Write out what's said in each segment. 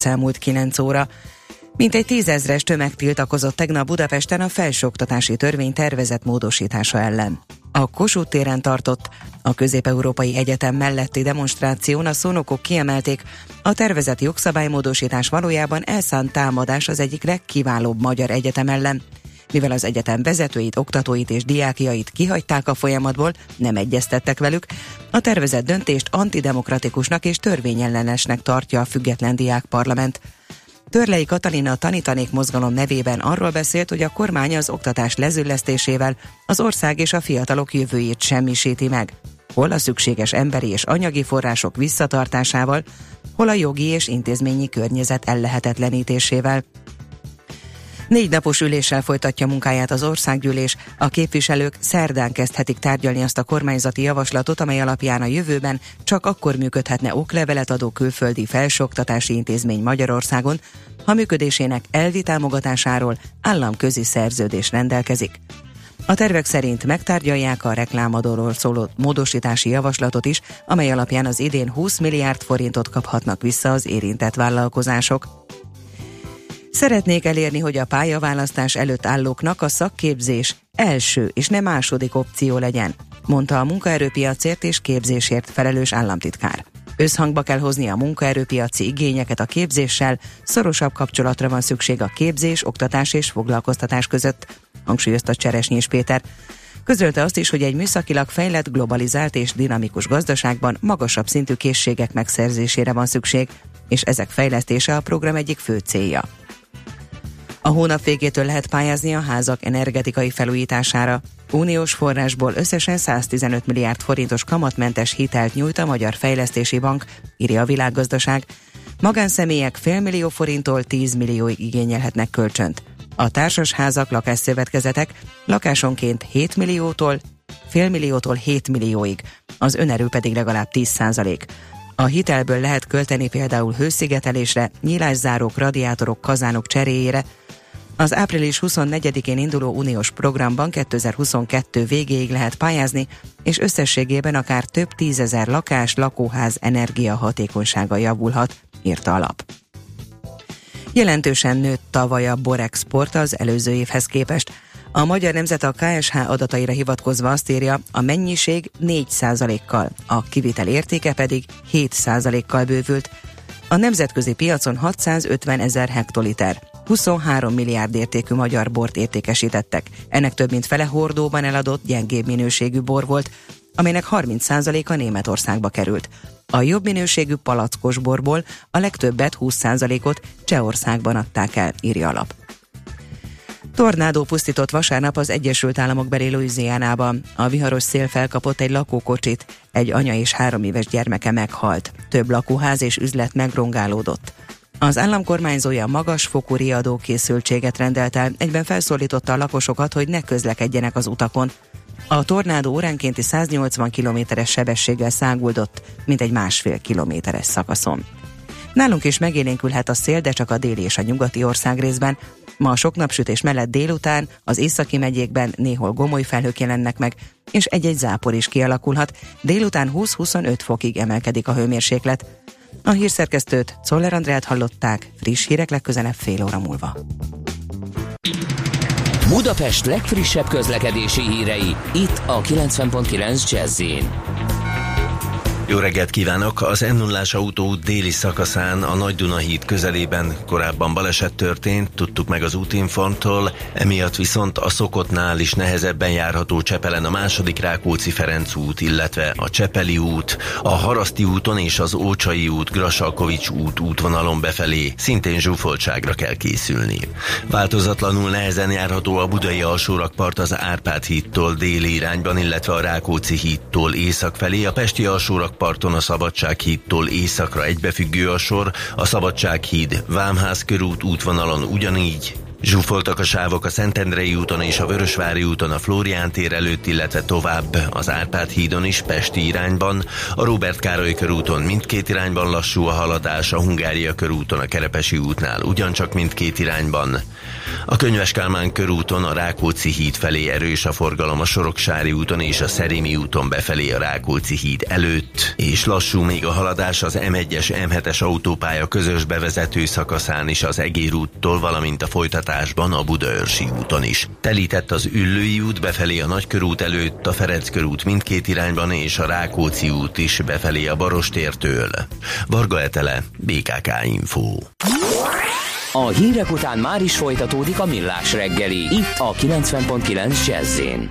elmúlt 9 óra. Mintegy 10 000-es tömeg tiltakozott tegnap Budapesten a felsőoktatási törvény tervezett módosítása ellen. A Kossuth téren tartott, a Közép-Európai Egyetem melletti demonstráción a szónokok kiemelték, a tervezett jogszabálymódosítás valójában elszánt támadás az egyik legkiválóbb magyar egyetem ellen. Mivel az egyetem vezetőit, oktatóit és diákjait kihagyták a folyamatból, nem egyeztettek velük, a tervezett döntést antidemokratikusnak és törvényellenesnek tartja a független diákparlament. Törlei Katalina a Tanítanék mozgalom nevében arról beszélt, hogy a kormány az oktatás lezüllesztésével az ország és a fiatalok jövőjét semmisíti meg. Hol a szükséges emberi és anyagi források visszatartásával, hol a jogi és intézményi környezet ellehetetlenítésével. 4 napos üléssel folytatja munkáját az országgyűlés, a képviselők szerdán kezdhetik tárgyalni azt a kormányzati javaslatot, amely alapján a jövőben csak akkor működhetne oklevelet adó külföldi felsőoktatási intézmény Magyarországon, ha működésének elvi támogatásáról államközi szerződés rendelkezik. A tervek szerint megtárgyalják a reklámadóról szóló módosítási javaslatot is, amely alapján az idén 20 milliárd forintot kaphatnak vissza az érintett vállalkozások. Szeretnék elérni, hogy a pályaválasztás előtt állóknak a szakképzés első és nem második opció legyen, mondta a munkaerőpiacért és képzésért felelős államtitkár. Összhangba kell hozni a munkaerőpiaci igényeket a képzéssel, szorosabb kapcsolatra van szükség a képzés, oktatás és foglalkoztatás között, hangsúlyozta Cseresnyés Péter. Közölte azt is, hogy egy műszakilag fejlett, globalizált és dinamikus gazdaságban magasabb szintű készségek megszerzésére van szükség, és ezek fejlesztése a program egyik fő célja. A hónap végétől lehet pályázni a házak energetikai felújítására. Uniós forrásból összesen 115 milliárd forintos kamatmentes hitelt nyújt a Magyar Fejlesztési Bank, írja a Világgazdaság. Magánszemélyek $500 000 forinttól 10 millióig igényelhetnek kölcsönt. A társasházak, lakásszövetkezetek lakásonként 7 milliótól, $500 000-tól 7 millióig, az önerő pedig legalább 10%. A hitelből lehet költeni például hőszigetelésre, nyílászárók, radiátorok, kazánok cseréjére. Az április 24-én induló uniós programban 2022 végéig lehet pályázni, és összességében akár több 10 000 lakás, lakóház energiahatékonysága javulhat, írta a lap. Jelentősen nőtt tavaly a borexport az előző évhez képest. A Magyar Nemzet a KSH adataira hivatkozva azt írja, a mennyiség 4%-kal, a kivitel értéke pedig 7%-kal bővült. A nemzetközi piacon 650 000 hektoliter, 23 milliárd értékű magyar bort értékesítettek. Ennek több mint fele hordóban eladott, gyengébb minőségű bor volt, amelynek 30%-a Németországba került. A jobb minőségű palackos borból a legtöbbet, 20%-ot Csehországban adták el, írja a lap. Tornádó pusztított vasárnap az Egyesült Államokbeli Louisianában. A viharos szél felkapott egy lakókocsit, egy anya és 3 éves gyermeke meghalt. Több lakóház és üzlet megrongálódott. Az állam kormányzója magas fokú riadókészültséget rendelt el, egyben felszólította a lakosokat, hogy ne közlekedjenek az utakon. A tornádó óránkénti 180 km-es sebességgel száguldott, mint egy 1,5 kilométeres szakaszon. Nálunk is megélénkülhet a szél, de csak a déli és a nyugati országrészben. Ma a sok napsütés mellett délután az északi megyékben néhol gomoly felhők jelennek meg, és egy-egy zápor is kialakulhat. Délután 20-25 fokig emelkedik a hőmérséklet. A hírszerkesztőt, Czoller Andrát hallották, friss hírek legközelebb fél óra múlva. Budapest legfrissebb közlekedési hírei, itt a 90.9 Jazz-in. Jó reggelt kívánok! Az M0-ás autóút déli szakaszán a Nagy-Duna híd közelében korábban baleset történt, tudtuk meg az útinformtól, emiatt viszont a Szokottnál is nehezebben járható Csepelen a II. Rákóczi-Ferenc út, illetve a Csepeli út, a Haraszti úton és az Ócsai út, Grassalkovich út útvonalon befelé szintén zsúfoltságra kell készülni. Változatlanul nehezen járható a budai alsórakpart az Árpád hídtól déli irányban, illetve a Rákóczi hídtól észak felé, a pesti alsórakparton a Szabadsághídtól északra egybefüggő a sor, a Szabadsághíd Vámház körút útvonalon ugyanígy. Zsúfoltak a sávok a Szentendrei úton és a Vörösvári úton a Flórián tér előtt, illetve tovább az Árpád hídon is pesti irányban, a Róbert Károly körúton mindkét irányban lassú a haladás, a Hungária körúton a Kerepesi útnál ugyancsak mindkét irányban. A Könyves Kálmán körúton a Rákóczi híd felé erős a forgalom, a Soroksári úton és a Szerémi úton befelé a Rákóczi híd előtt, és lassú még a haladás az M1-es, M7-es autópálya közös bevezető szakaszán is az Egér úttól, valamint a folytatásban a Budaörsi úton is. Telített az Üllői út befelé a Nagykörút előtt, a Ferenc körút mindkét irányban és a Rákóczi út is befelé a Barostértől. Varga Etele, BKK Info. A hírek után már is folytatódik a Millás reggeli, itt a 90.9 Jazz-én.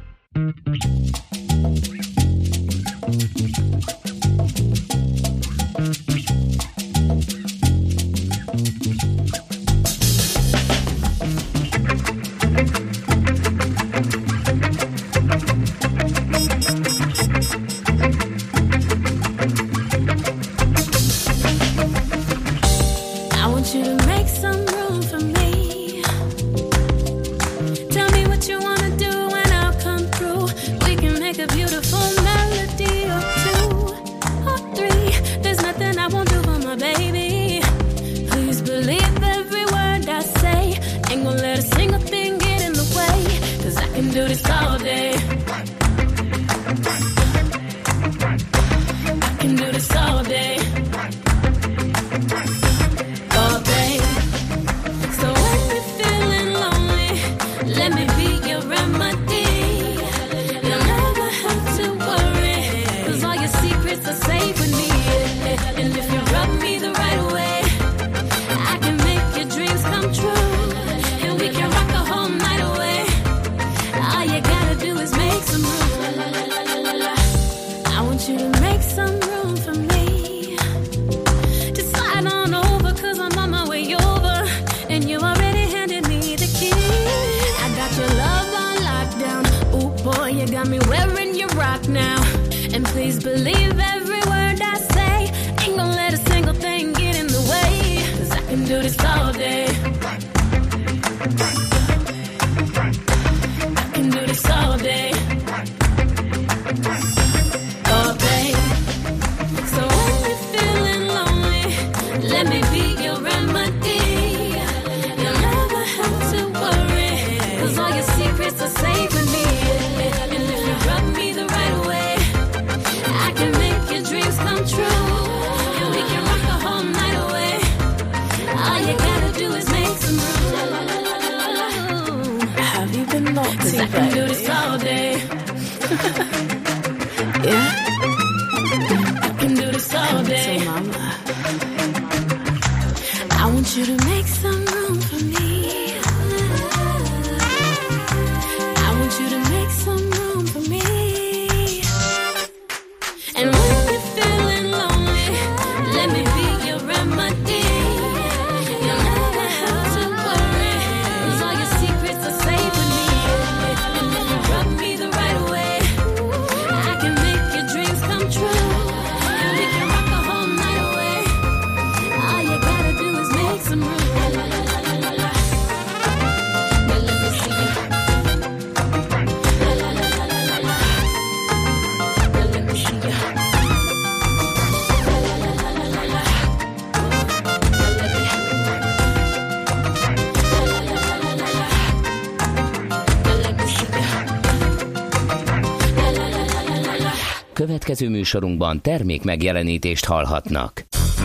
Következő műsorunkban termék megjelenítést hallhatnak.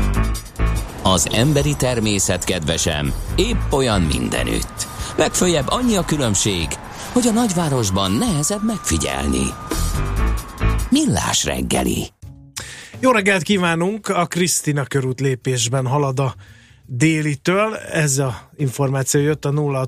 Az emberi természet, kedvesem, épp olyan mindenütt. Legföljebb annyi a különbség, hogy a nagyvárosban nehezebb megfigyelni. Millás reggeli. Jó reggelt kívánunk! A Krisztina körút lépésben halad a Délitől. Ez a információ jött a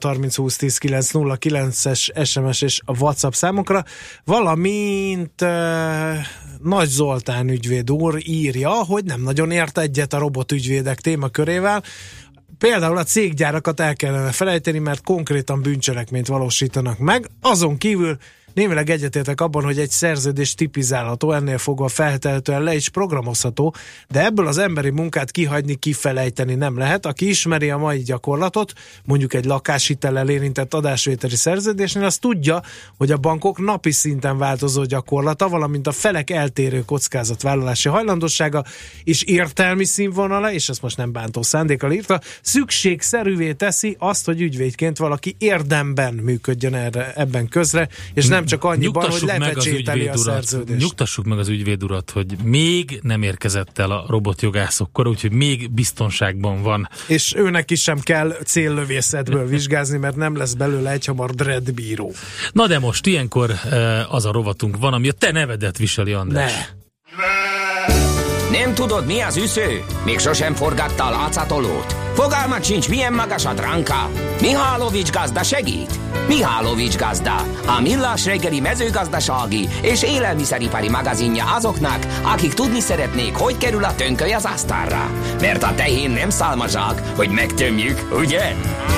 0-30-20-10-9-09-es SMS és a WhatsApp számokra, valamint Nagy Zoltán ügyvéd úr írja, hogy nem nagyon ért egyet a robotügyvédek témakörével. Például a céggyárakat el kellene felejteni, mert konkrétan bűncselekményt valósítanak meg. Azon kívül némileg egyetértek abban, hogy egy szerződés tipizálható, ennél fogva feltehetően le is programozható, de ebből az emberi munkát kihagyni, kifelejteni nem lehet. Aki ismeri a mai gyakorlatot, mondjuk egy lakáshitellel érintett adásvételi szerződésnél, az tudja, hogy a bankok napi szinten változó gyakorlata, valamint a felek eltérő kockázatvállalási hajlandossága és értelmi színvonala, és ezt most nem bántó szándékkal írta, szükségszerűvé teszi azt, hogy ügyvédként valaki érdemben működjön ebben közre, és nem csak annyiban, hogy lepecsételi a szerződést. Nyugtassuk meg az ügyvéd urat, hogy még nem érkezett el a robotjogászokkor, úgyhogy még biztonságban van. És őnek is sem kell céllövészetből vizsgázni, mert nem lesz belőle egyhamar dreadbíró. Na de most ilyenkor az a rovatunk van, ami a te nevedet viseli, András. Nem tudod, mi az üsző? Még sosem forgattál átszatolót? Fogalmat sincs, milyen magas a dránka? Mihálovics gazda segít? Mihálovics gazda, a millás reggeli mezőgazdasági és élelmiszeripari magazinja azoknak, akik tudni szeretnék, hogy kerül a tönköly az asztalra. Mert a tehén nem szálmazsák, hogy megtömjük, ugye?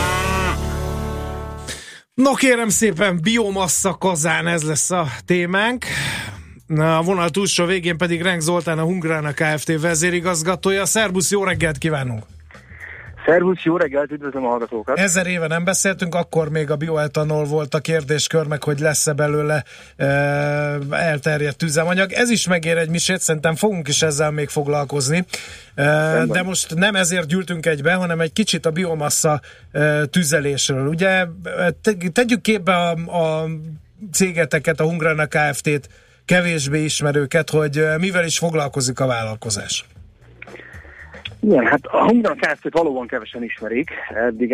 No kérem szépen, biomassa kazán, ez lesz a témánk. A vonal túlsó végén pedig Renk Zoltán, a Hungrana Kft. Vezérigazgatója. Szerbusz, jó reggelt kívánunk! Szervusz, jó reggelt, üdvözlöm a hallgatókat! 1000 éve nem beszéltünk, akkor még a bioetanol volt a kérdéskör, meg hogy lesz-e belőle elterjedt üzemanyag. Ez is megér egy misét, szerintem fogunk is ezzel még foglalkozni. De most nem ezért gyűltünk egybe, hanem egy kicsit a biomassa tüzelésről. Ugye tegyük képbe a cégeteket, a Hungrana Kft-t, kevésbé ismerőket, hogy mivel is foglalkozik a vállalkozás. Igen, hát a Hungrana Kft-t valóban kevesen ismerik, eddig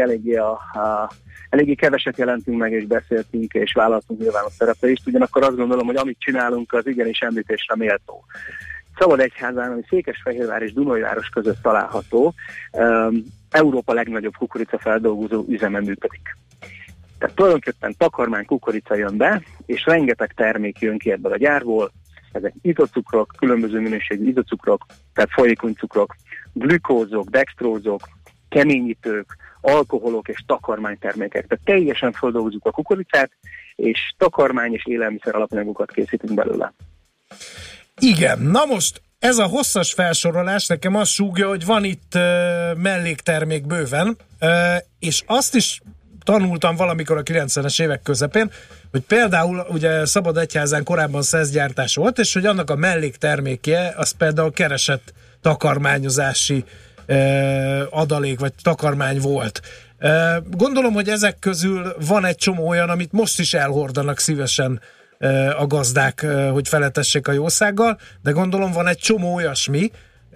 eléggé keveset jelentünk meg, és beszéltünk, és vállaltunk nyilvános szereplést, ugyanakkor azt gondolom, hogy amit csinálunk, az igenis említésre méltó. Szabadegyházán, ami Székesfehérvár és Dunajváros között található, Európa legnagyobb kukoricafeldolgozó üzeme működik. Tehát tulajdonképpen takarmány kukorica jön be, és rengeteg termék jön ki ebből a gyárból. Ezek izocukrok, különböző minőségű izocukrok, tehát folyékony cukrok, glükózok, dextrózok, keményítők, alkoholok és takarmánytermékek. Tehát teljesen feldolgozzuk a kukoricát, és takarmány és élelmiszer alapanyagokat készítünk belőle. Igen, na most ez a hosszas felsorolás nekem azt súgja, hogy van itt melléktermék bőven, és azt is tanultam valamikor a 90-es évek közepén, hogy például ugye Szabadegyházán korábban szeszgyártás volt, és hogy annak a melléktermékje az például keresett takarmányozási adalék, vagy takarmány volt. Gondolom, hogy ezek közül van egy csomó olyan, amit most is elhordanak szívesen a gazdák, hogy feletessék a jószággal, de gondolom van egy csomó olyasmi,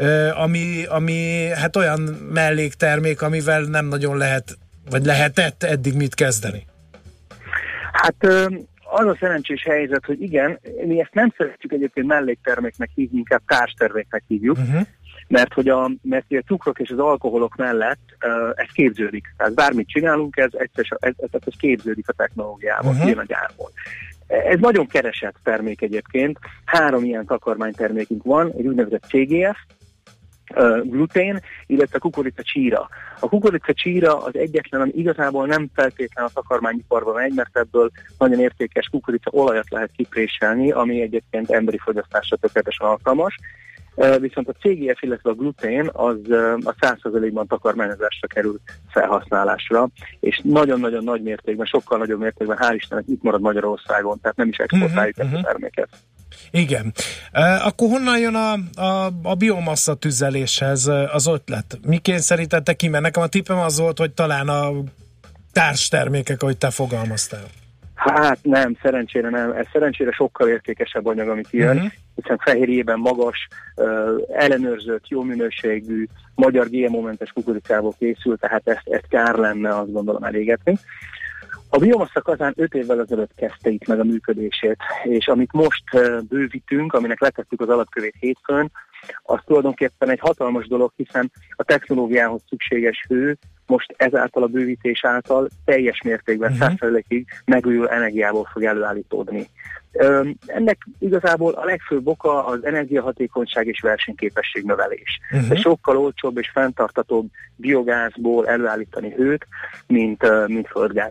ami hát olyan melléktermék, amivel nem nagyon lehet, vagy lehetett eddig mit kezdeni. Hát az a szerencsés helyzet, hogy igen, mi ezt nem szeretjük egyébként mellékterméknek hívni, inkább társterméknek hívjuk, mert a cukrok és az alkoholok mellett ez képződik. Tehát bármit csinálunk, ez képződik a technológiával, ilyen a gyárból. Ez nagyon keresett termék egyébként. 3 ilyen takarmánytermékünk van, egy úgynevezett CGF, glutén, illetve kukoricacsíra. A kukoricacsíra az egyetlen, ami igazából nem feltétlenül a takarmányiparba megy, mert ebből nagyon értékes kukoricaolajat lehet kipréselni, ami egyébként emberi fogyasztásra tökéletesen alkalmas. Viszont a CGF, illetve a glutén az a 100%-ban takarmányozásra kerül felhasználásra, és nagyon-nagyon nagy mértékben, sokkal nagyobb mértékben, hál' Istennek itt marad Magyarországon, tehát nem is exportáljuk ezt a terméket. Igen. Akkor honnan jön a biomassa tüzeléshez az ötlet? Mi kényszerítette ki? Mert nekem a tippem az volt, hogy talán a társtermékek, ahogy te fogalmaztál. Hát nem, szerencsére nem. Ez szerencsére sokkal értékesebb anyag, amit jön, hiszen fehérjében magas, ellenőrzött, jó minőségű, magyar GMO-mentes kukoricából készül, tehát ezt kár lenne, azt gondolom, elégetni. A biomassa kazán 5 évvel ezelőtt kezdte itt meg a működését, és amit most bővítünk, aminek letettük az alapkövét hétfőn, az tulajdonképpen egy hatalmas dolog, hiszen a technológiához szükséges hő most ezáltal a bővítés által teljes mértékben 100%-ig megújuló energiából fog előállítódni. Ennek igazából a legfőbb oka az energiahatékonyság és versenyképesség növelés. De sokkal olcsóbb és fenntarthatóbb biogázból előállítani hőt, mint földgázból.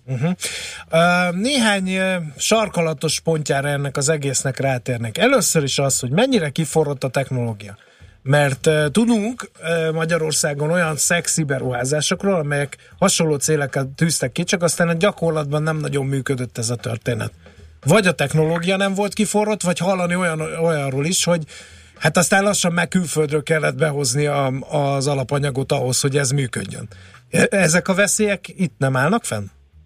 Néhány sarkalatos pontjára ennek az egésznek rátérnek. Először is az, hogy mennyire kiforrott a technológia. Mert tudunk Magyarországon olyan szexi beruházásokról, amelyek hasonló céleket tűztek ki, csak aztán a gyakorlatban nem nagyon működött ez a történet. Vagy a technológia nem volt kiforrott, vagy hallani olyanról is, hogy hát aztán lassan meg külföldről kellett behozni az alapanyagot ahhoz, hogy ez működjön. Ezek a veszélyek itt nem állnak fenn?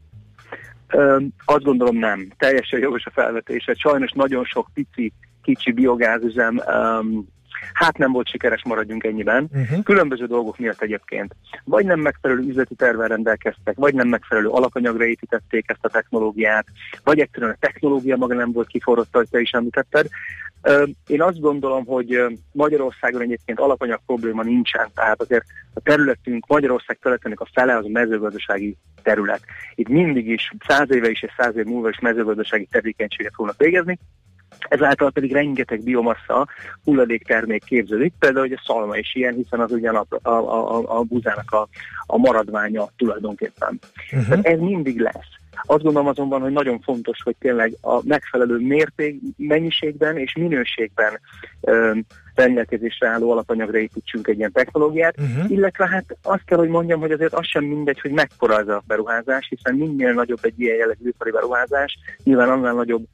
Azt gondolom nem. Teljesen jogos a felvetése. Sajnos nagyon sok kicsi biogázüzem hát nem volt sikeres, maradjunk ennyiben. Különböző dolgok miatt egyébként. Vagy nem megfelelő üzleti tervvel rendelkeztek, vagy nem megfelelő alapanyagra építették ezt a technológiát, vagy egyszerűen a technológia maga nem volt kiforrott, ahogy te is említetted. Én azt gondolom, hogy Magyarországon egyébként alapanyag probléma nincsen, tehát azért a területünk, Magyarország területének a fele az a mezőgazdasági terület. Itt mindig is, 100 éve is és 100 év múlva is mezőgazdasági tevékenységet fognak végezni, ezáltal pedig rengeteg biomassa hulladéktermék képződik, például hogy a szalma is ilyen, hiszen az ugyan a búzának a maradványa tulajdonképpen. Tehát ez mindig lesz. Azt gondolom azonban, hogy nagyon fontos, hogy tényleg a megfelelő mennyiségben és minőségben rendelkezésre álló alapanyagra építsünk egy ilyen technológiát, illetve hát azt kell, hogy mondjam, hogy azért az sem mindegy, hogy mekkora az a beruházás, hiszen minél nagyobb egy ilyen jellegű ipari beruházás, nyilván annál nagyobb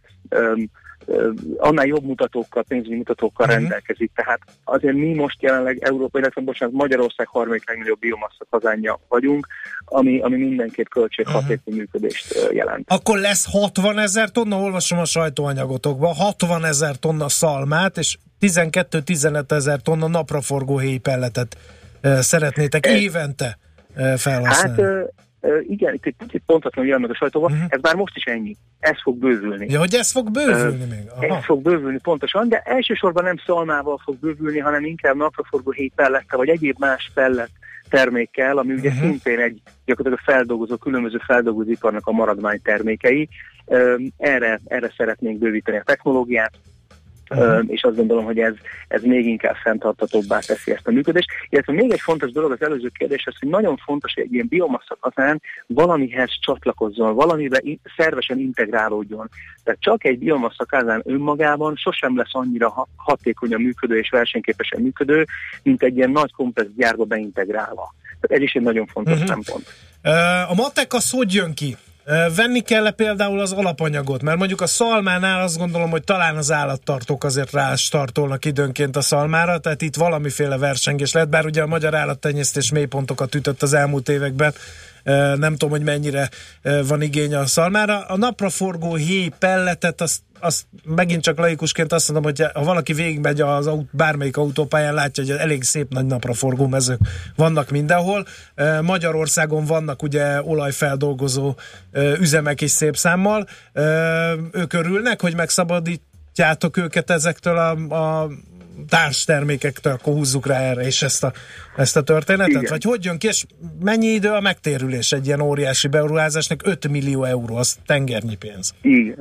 annál jobb mutatókkal, pénzügyi mutatókkal rendelkezik. Tehát azért mi most jelenleg Európa, illetve Magyarország harmadik legnagyobb biomassa kazánja vagyunk, ami mindenképp költséghatékony működést jelent. Akkor lesz 60 000 tonna, olvasom a sajtóanyagotokban, 60 000 tonna szalmát, és 12-15 000 tonna napraforgó héjpelletet szeretnétek évente felhasználni. Hát igen, itt egy picit pontatlanul jön meg a sajtóban, ez már most is ennyi. Ez fog bővülni. Ja, hogy ez fog bővülni még? Aha. Ez fog bővülni pontosan, de elsősorban nem szalmával fog bővülni, hanem inkább napraforgó héjpellettel, vagy egyéb más pellet termékkel, ami ugye szintén egy gyakorlatilag különböző feldolgozóiparnak a maradvány termékei. Erre szeretnénk bővíteni a technológiát, és azt gondolom, hogy ez még inkább fenntarthatóbbá teszi ezt a működést. Illetve még egy fontos dolog az előző kérdés az, hogy nagyon fontos, hogy egy ilyen biomassa kazán valamihez csatlakozzon, valamiben szervesen integrálódjon. Tehát csak egy biomassa kazán önmagában sosem lesz annyira hatékonyan működő és versenyképesen működő, mint egy ilyen nagy komplex gyárba beintegrálva. Tehát ez is egy nagyon fontos szempont. A matek az hogy jön ki? Venni kell például az alapanyagot, mert mondjuk a szalmánál azt gondolom, hogy talán az állattartók azért rástartolnak időnként a szalmára, tehát itt valamiféle versengés lehet, bár ugye a magyar állattenyésztés mélypontokat ütött az elmúlt években, nem tudom, hogy mennyire van igény a szalmára. A napraforgó héj pelletet, azt megint csak laikusként azt mondom, hogy ha valaki végigmegy bármelyik autópályán, látja, hogy elég szép nagy napraforgó mezők vannak mindenhol. Magyarországon vannak ugye olajfeldolgozó üzemek is szép számmal. Ők örülnek, hogy megszabadítjátok őket ezektől a társtermékektől, akkor húzzuk rá erre is ezt a történetet? Igen. Vagy hogy jön ki, és mennyi idő a megtérülés egy ilyen óriási beruházásnak? 5 millió euró, az tengernyi pénz.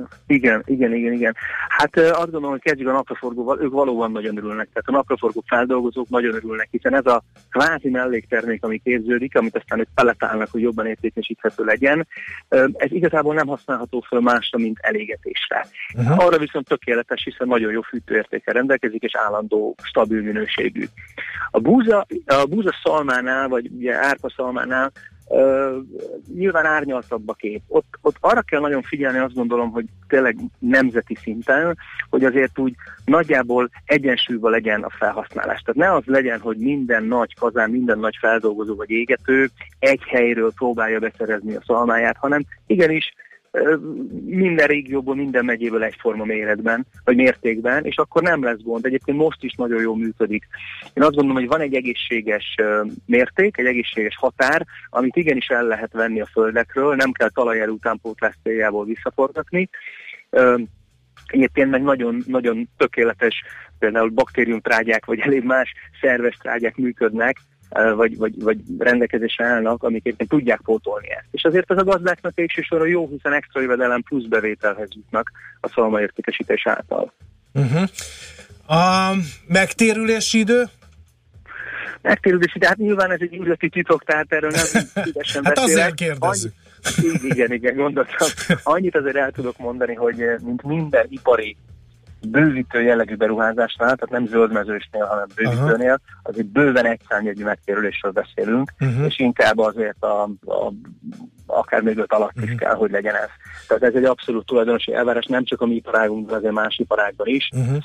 Igen. Hát azt gondolom, hogy kezdjük a napraforgóval, ők valóban nagyon örülnek. Tehát a napraforgó feldolgozók nagyon örülnek, hiszen ez a kvázi melléktermék, ami képződik, amit aztán ők pelletálnak, hogy jobban értékesíthető legyen, ez igazából nem használható föl másra, mint elégetésre. Arra viszont tökéletes, hiszen nagyon jó fűtőértékkel rendelkezik, és állandó, stabil minőségű. A búza szalmánál, vagy ugye árpa szalmánál nyilván árnyaltabb a kép. Ott arra kell nagyon figyelni, azt gondolom, hogy tényleg nemzeti szinten, hogy azért úgy nagyjából egyensúlyban legyen a felhasználás. Tehát ne az legyen, hogy minden nagy kazán, minden nagy feldolgozó vagy égető egy helyről próbálja beszerezni a szalmáját, hanem igenis minden régióból, minden megyéből egyforma méretben, vagy mértékben, és akkor nem lesz gond. Egyébként most is nagyon jól működik. Én azt gondolom, hogy van egy egészséges mérték, egy egészséges határ, amit igenis el lehet venni a földekről, nem kell talajerő utánpótlás céljából visszaforgatni. Egyébként meg nagyon, nagyon tökéletes, például baktériumtrágyák, vagy elég más szerves trágyák működnek, vagy rendelkezésre állnak, amik éppen tudják pótolni ezt. És azért ez a gazdáknak végsősorban jó, hiszen extra jövedelem plusz bevételhez jutnak a szalmaértékesítés által. A megtérülési idő? megtérülési, de hát nyilván ez egy üzleti titok, tehát erről nem szívesen hát beszélek. azért kérdezzük. Igen, gondoltam. Annyit azért el tudok mondani, hogy mint minden ipari bővítő jellegű beruházásnál, tehát nem zöldmezősnél, hanem bővítőnél, azért bőven egy számjegyű megtérülésről beszélünk, és inkább azért akár még 5 alatt is kell, hogy legyen ez. Tehát ez egy abszolút tulajdonosi elvárás, nem csak a mi iparágunkban, azért más iparágban is.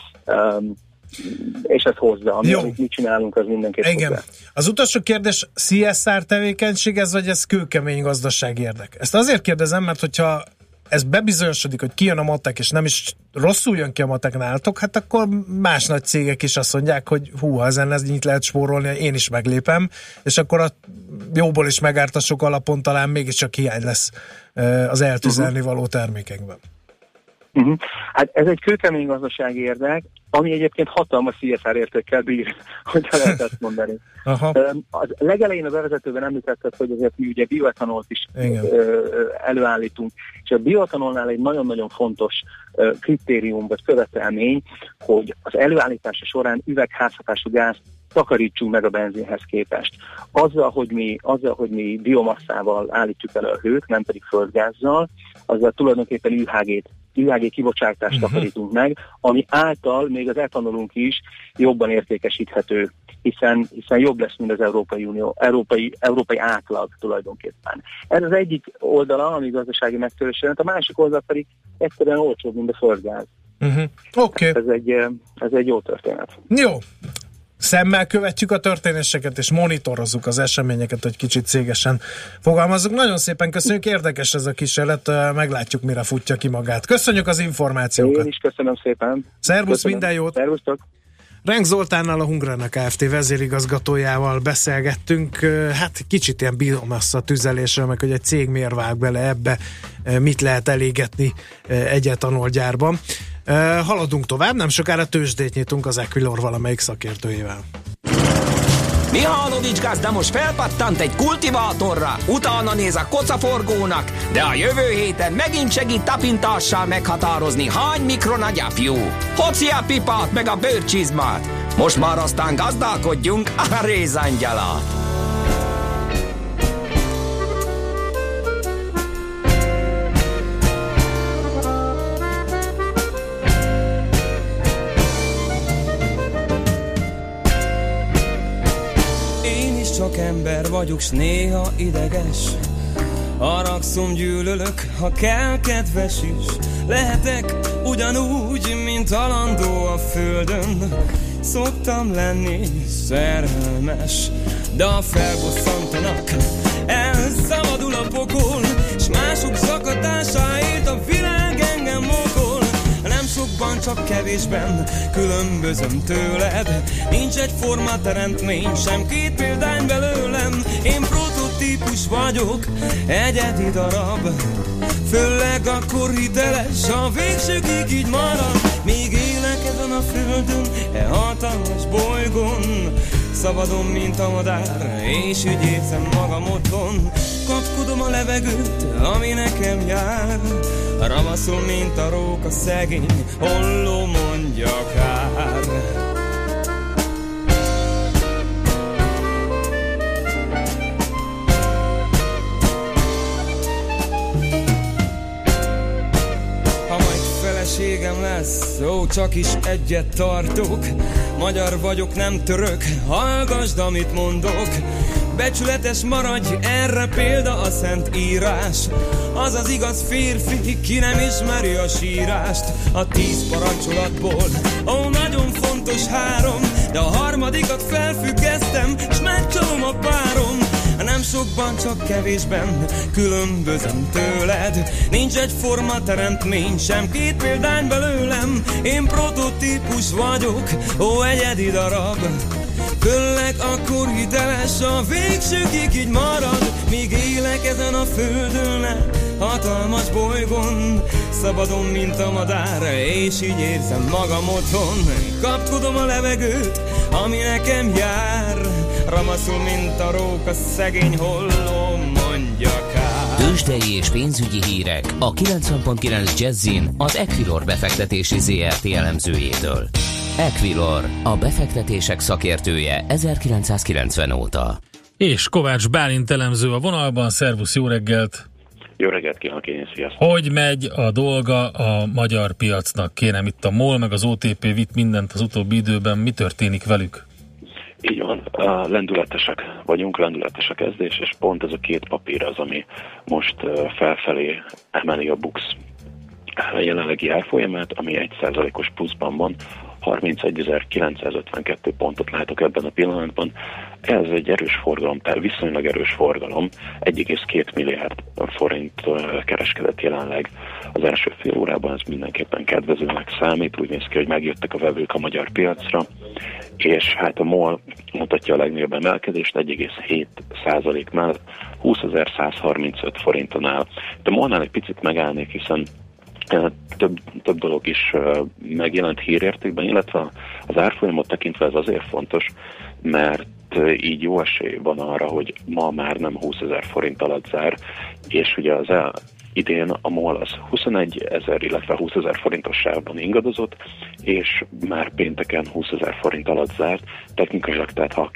És ez hozza, amit mi csinálunk, az mindenképp igen. hozzá. Az utolsó kérdés, CSR tevékenység ez, vagy ez kőkemény gazdasági érdek? Ezt azért kérdezem, mert hogyha ez bebizonyosodik, hogy kijön a matek, és nem is rosszul jön ki a matek nálatok, hát akkor más nagy cégek is azt mondják, hogy ha ezen ennyit lehet spórolni, én is meglépem, és akkor a jóból is megártasok alapon talán mégiscsak hiány lesz az eltüzelni való termékekben. Hát ez egy kőkemény gazdasági érdek, ami egyébként hatalmas CSR értékkel bír, hogyha lehet ezt mondani. Az legelején a bevezetőben említetted, hogy azért mi ugye bioetanolt is előállítunk, és a bioetanolnál egy nagyon-nagyon fontos kritérium vagy követelmény, hogy az előállítása során üvegházhatású gázt takarítsunk meg a benzinhez képest. Azzal, hogy mi biomasszával állítjuk elő a hőt, nem pedig földgázzal, azzal tulajdonképpen UHG kibocsátást takarítunk meg, ami által még az etanolunk is jobban értékesíthető, hiszen jobb lesz, mint az európai átlag tulajdonképpen. Ez az egyik oldala, ami gazdasági megtörés jelent, a másik oldal pedig egyszerűen olcsóbb, mint a földgáz. Oké. Ez egy jó történet. Jó. Szemmel követjük a történéseket, és monitorozzuk az eseményeket, hogy kicsit cégesen fogalmazzuk. Nagyon szépen köszönjük, érdekes ez a kísérlet, meglátjuk, mire futja ki magát. Köszönjük az információkat. Én is köszönöm szépen. Szervusz, minden jót! Szervusztok! Renk Zoltánnal, a Hungrana Kft. Vezérigazgatójával beszélgettünk, hát kicsit ilyen biomassa tüzelésről, meg hogy egy cég miért vág bele ebbe, mit lehet elégetni egy etanolgyárban. Haladunk tovább, nem sokára tőzsdét nyitunk az Equilor valamelyik szakértőjével. Mihálovics gazda most felpattant egy kultivátorra, utána néz a kocaforgónak, de a jövő héten megint segít tapintással meghatározni, hány mikron a gyapjú. Hoci a pipát meg a bőrcsizmát. Most már aztán gazdálkodjunk a rézangyalát. Csak ember vagyok, s néha ideges. Haragszom, gyűlölök, ha kell, kedves is. Lehetek ugyanúgy, mint halandó a földön. Szoktam lenni szerelmes, de ha felbosszantanak, elszabadul a pokol, s mások zakatásáért a világ engem mokol. Nem sokban, csak kevésben különbözöm tőled. Nincs egyforma teremtmény, sem két példány belőlem. Én prototípus vagyok, egyedi darab. Főleg akkor hiteles, a végsőkig így marad. Míg élek ezen a földön, hatalmas bolygón. Szabadon, mint a madár, és úgy érzem magam otthon. Kapkodom a levegőt, ami nekem jár. Ravaszol, mint a róka szegény, holló mondja kár. Ha majd feleségem lesz, csak is egyet tartok. Magyar vagyok, nem török, hallgasd, amit mondok. Becsületes maradj, erre példa a szent írás. Az az igaz férfi, ki nem ismeri a sírást. A 10 parancsolatból, nagyon fontos 3, de a harmadikat felfüggesztem, s megcsalom a párom. Nem sokban, csak kevésben különbözöm tőled. Nincs egyforma teremtmény, sem két példány belőlem. Én prototípus vagyok, egyedi darab. Főleg akkor hiteles, a végsőkig így marad. Míg élek ezen a földön, hatalmas bolygón. Szabadon, mint a madár, és így érzem magam otthon. Kapkodom a levegőt, ami nekem jár. Ramaszul, mint a róka szegény, holló mondja kár. Tőzsdei és pénzügyi hírek a 90.9 Jazzin az Equilor befektetési ZRT elemzőjétől. Equilor, a befektetések szakértője 1990 óta. És Kovács Bálint elemző a vonalban. Szervusz, jó reggelt! Jó reggelt kívánok, én sziasztok! Hogy megy a dolga a magyar piacnak? Kérem, itt a MOL meg az OTP vitt mindent az utóbbi időben. Mi történik velük? Így van, lendületesek vagyunk, lendületes a kezdés, és pont ez a két papír az, ami most felfelé emeli a BUX jelenlegi árfolyamát, ami 1%-os pluszban van, 31.952 pontot látok ebben a pillanatban. Ez egy erős forgalom, tehát viszonylag erős forgalom, 1,2 milliárd forint kereskedett jelenleg az első fél órában, ez mindenképpen kedvezőnek számít, úgy néz ki, hogy megjöttek a vevők a magyar piacra, és hát a MOL mutatja a legnagyobb emelkedést, 1,7% mellett 20.135 forinton áll. De MOL-nál egy picit megállnék, hiszen több dolog is megjelent hírértékben, illetve az árfolyamot tekintve ez azért fontos, mert így jó esély van arra, hogy ma már nem 20.000 forint alatt zár, és ugye idén a MOL az 21.000, illetve 20.000 forintos sávban ingadozott, és már pénteken 20.000 forint alatt zárt. Technikailag, tehát ha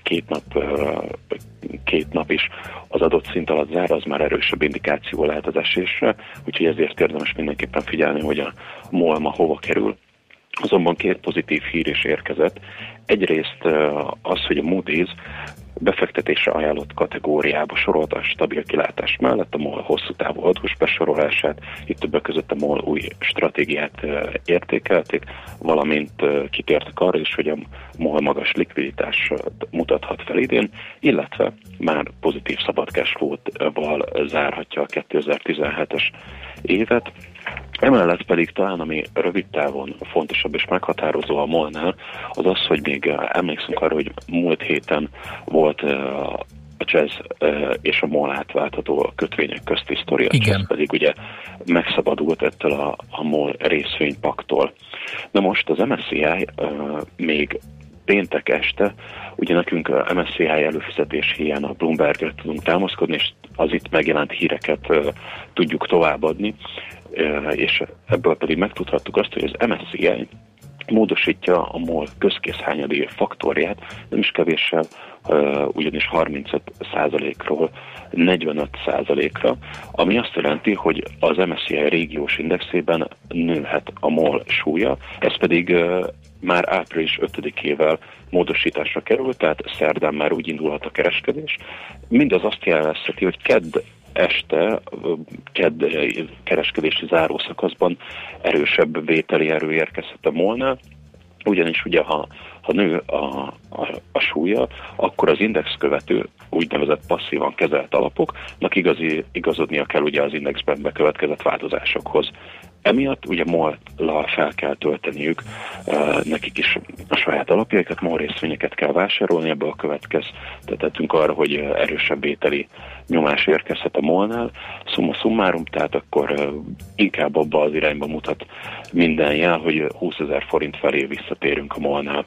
két nap is az adott szint alatt zár, az már erősebb indikáció lehet az esésre, úgyhogy ezért érdemes mindenképpen figyelni, hogy a MOL ma hova kerül. Azonban két pozitív hír is érkezett. Egyrészt az, hogy a Moody's befektetésre ajánlott kategóriába sorolta a stabil kilátás mellett a MOL hosszú távú adós besorolását, itt többek között a MOL új stratégiát értékelték, valamint kitértek arra is, hogy a MOL magas likviditás mutathat fel idén, illetve már pozitív szabad cash flow-val zárhatja a 2017-es évet. Emellett pedig talán, ami rövid távon fontosabb és meghatározó a MOL-nál, az az, hogy még emlékszünk arra, hogy múlt héten volt a Csez és a MOL átváltható kötvények közti sztori, a Csez pedig ugye megszabadult ettől a MOL részvénypaktól. Na most az MSCI még péntek este, ugye nekünk MSCI előfizetés hiány a Bloombergre tudunk támaszkodni, és az itt megjelent híreket tudjuk továbbadni, és ebből pedig megtudhattuk azt, hogy az MSCI módosítja a MOL közkészhányadi faktorját, nem is kevéssel, ugyanis 35%-ról 45%-ra, ami azt jelenti, hogy az MSCI régiós indexében nőhet a MOL súlya, ez pedig már április 5-ével módosításra került, tehát szerdán már úgy indulhat a kereskedés. Mindaz azt jelezheti, hogy kedd kereskedési zárószakaszban erősebb vételi erő érkezhet a MOL-nál, ugyanis ugye ha nő a súlya, akkor az index követő úgynevezett passzívan kezelt alapoknak igazodnia kell ugye az indexben bekövetkezett változásokhoz. Emiatt ugye MOL-lal fel kell tölteniük nekik is a saját alapjaikat, MOL részvényeket kell vásárolni, ebből következtetünk arra, hogy erősebb vételi nyomás érkezhet a MOL-nál. Summa summarum, tehát akkor inkább abba az irányba mutat minden jel, hogy 20.000 forint felé visszatérünk a MOL-nál.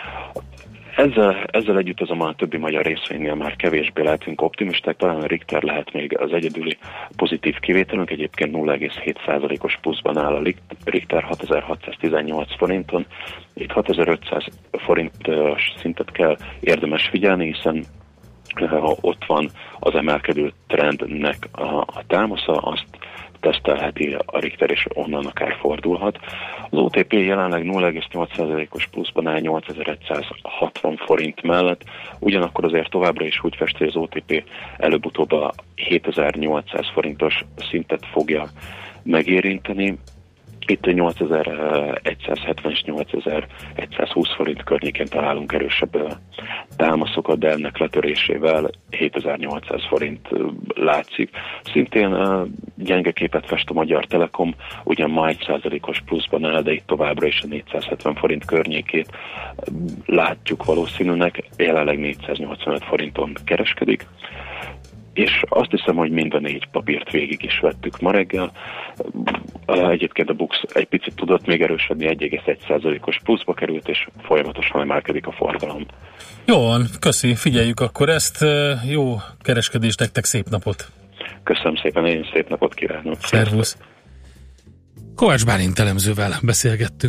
Ezzel együtt azonban a többi magyar részvénynél már kevésbé lehetünk optimisták, talán a Richter lehet még az egyedüli pozitív kivételünk, egyébként 0,7%-os pluszban áll a Richter 6.618 forinton, itt 6.500 forintos szintet kell érdemes figyelni, hiszen ott van az emelkedő trendnek a támasza, azt tesztelheti a Richter, és onnan akár fordulhat. Az OTP jelenleg 0,8%-os pluszban áll 8160 forint mellett, ugyanakkor azért továbbra is úgy fest, hogy az OTP előbb-utóbb a 7800 forintos szintet fogja megérinteni. Itt 8170 és 8120 forint környékén találunk erősebb támaszokat, de ennek letörésével 7800 forint látszik. Szintén gyenge képet fest a Magyar Telekom, ugyan ma 1%-os pluszban áll, de itt továbbra is a 470 forint környékét látjuk valószínűnek, jelenleg 485 forinton kereskedik. És azt hiszem, hogy mind a 4 papírt végig is vettük ma reggel. Egyébként a BUX egy picit tudott még erősödni, 1,1%-os pluszba került, és folyamatosan emelkedik a forgalom. Jó van, köszi, figyeljük akkor ezt. Jó kereskedést nektek, szép napot! Köszönöm szépen, én szép napot kívánok! Szervusz! Kovács Bálint elemzővel beszélgettünk.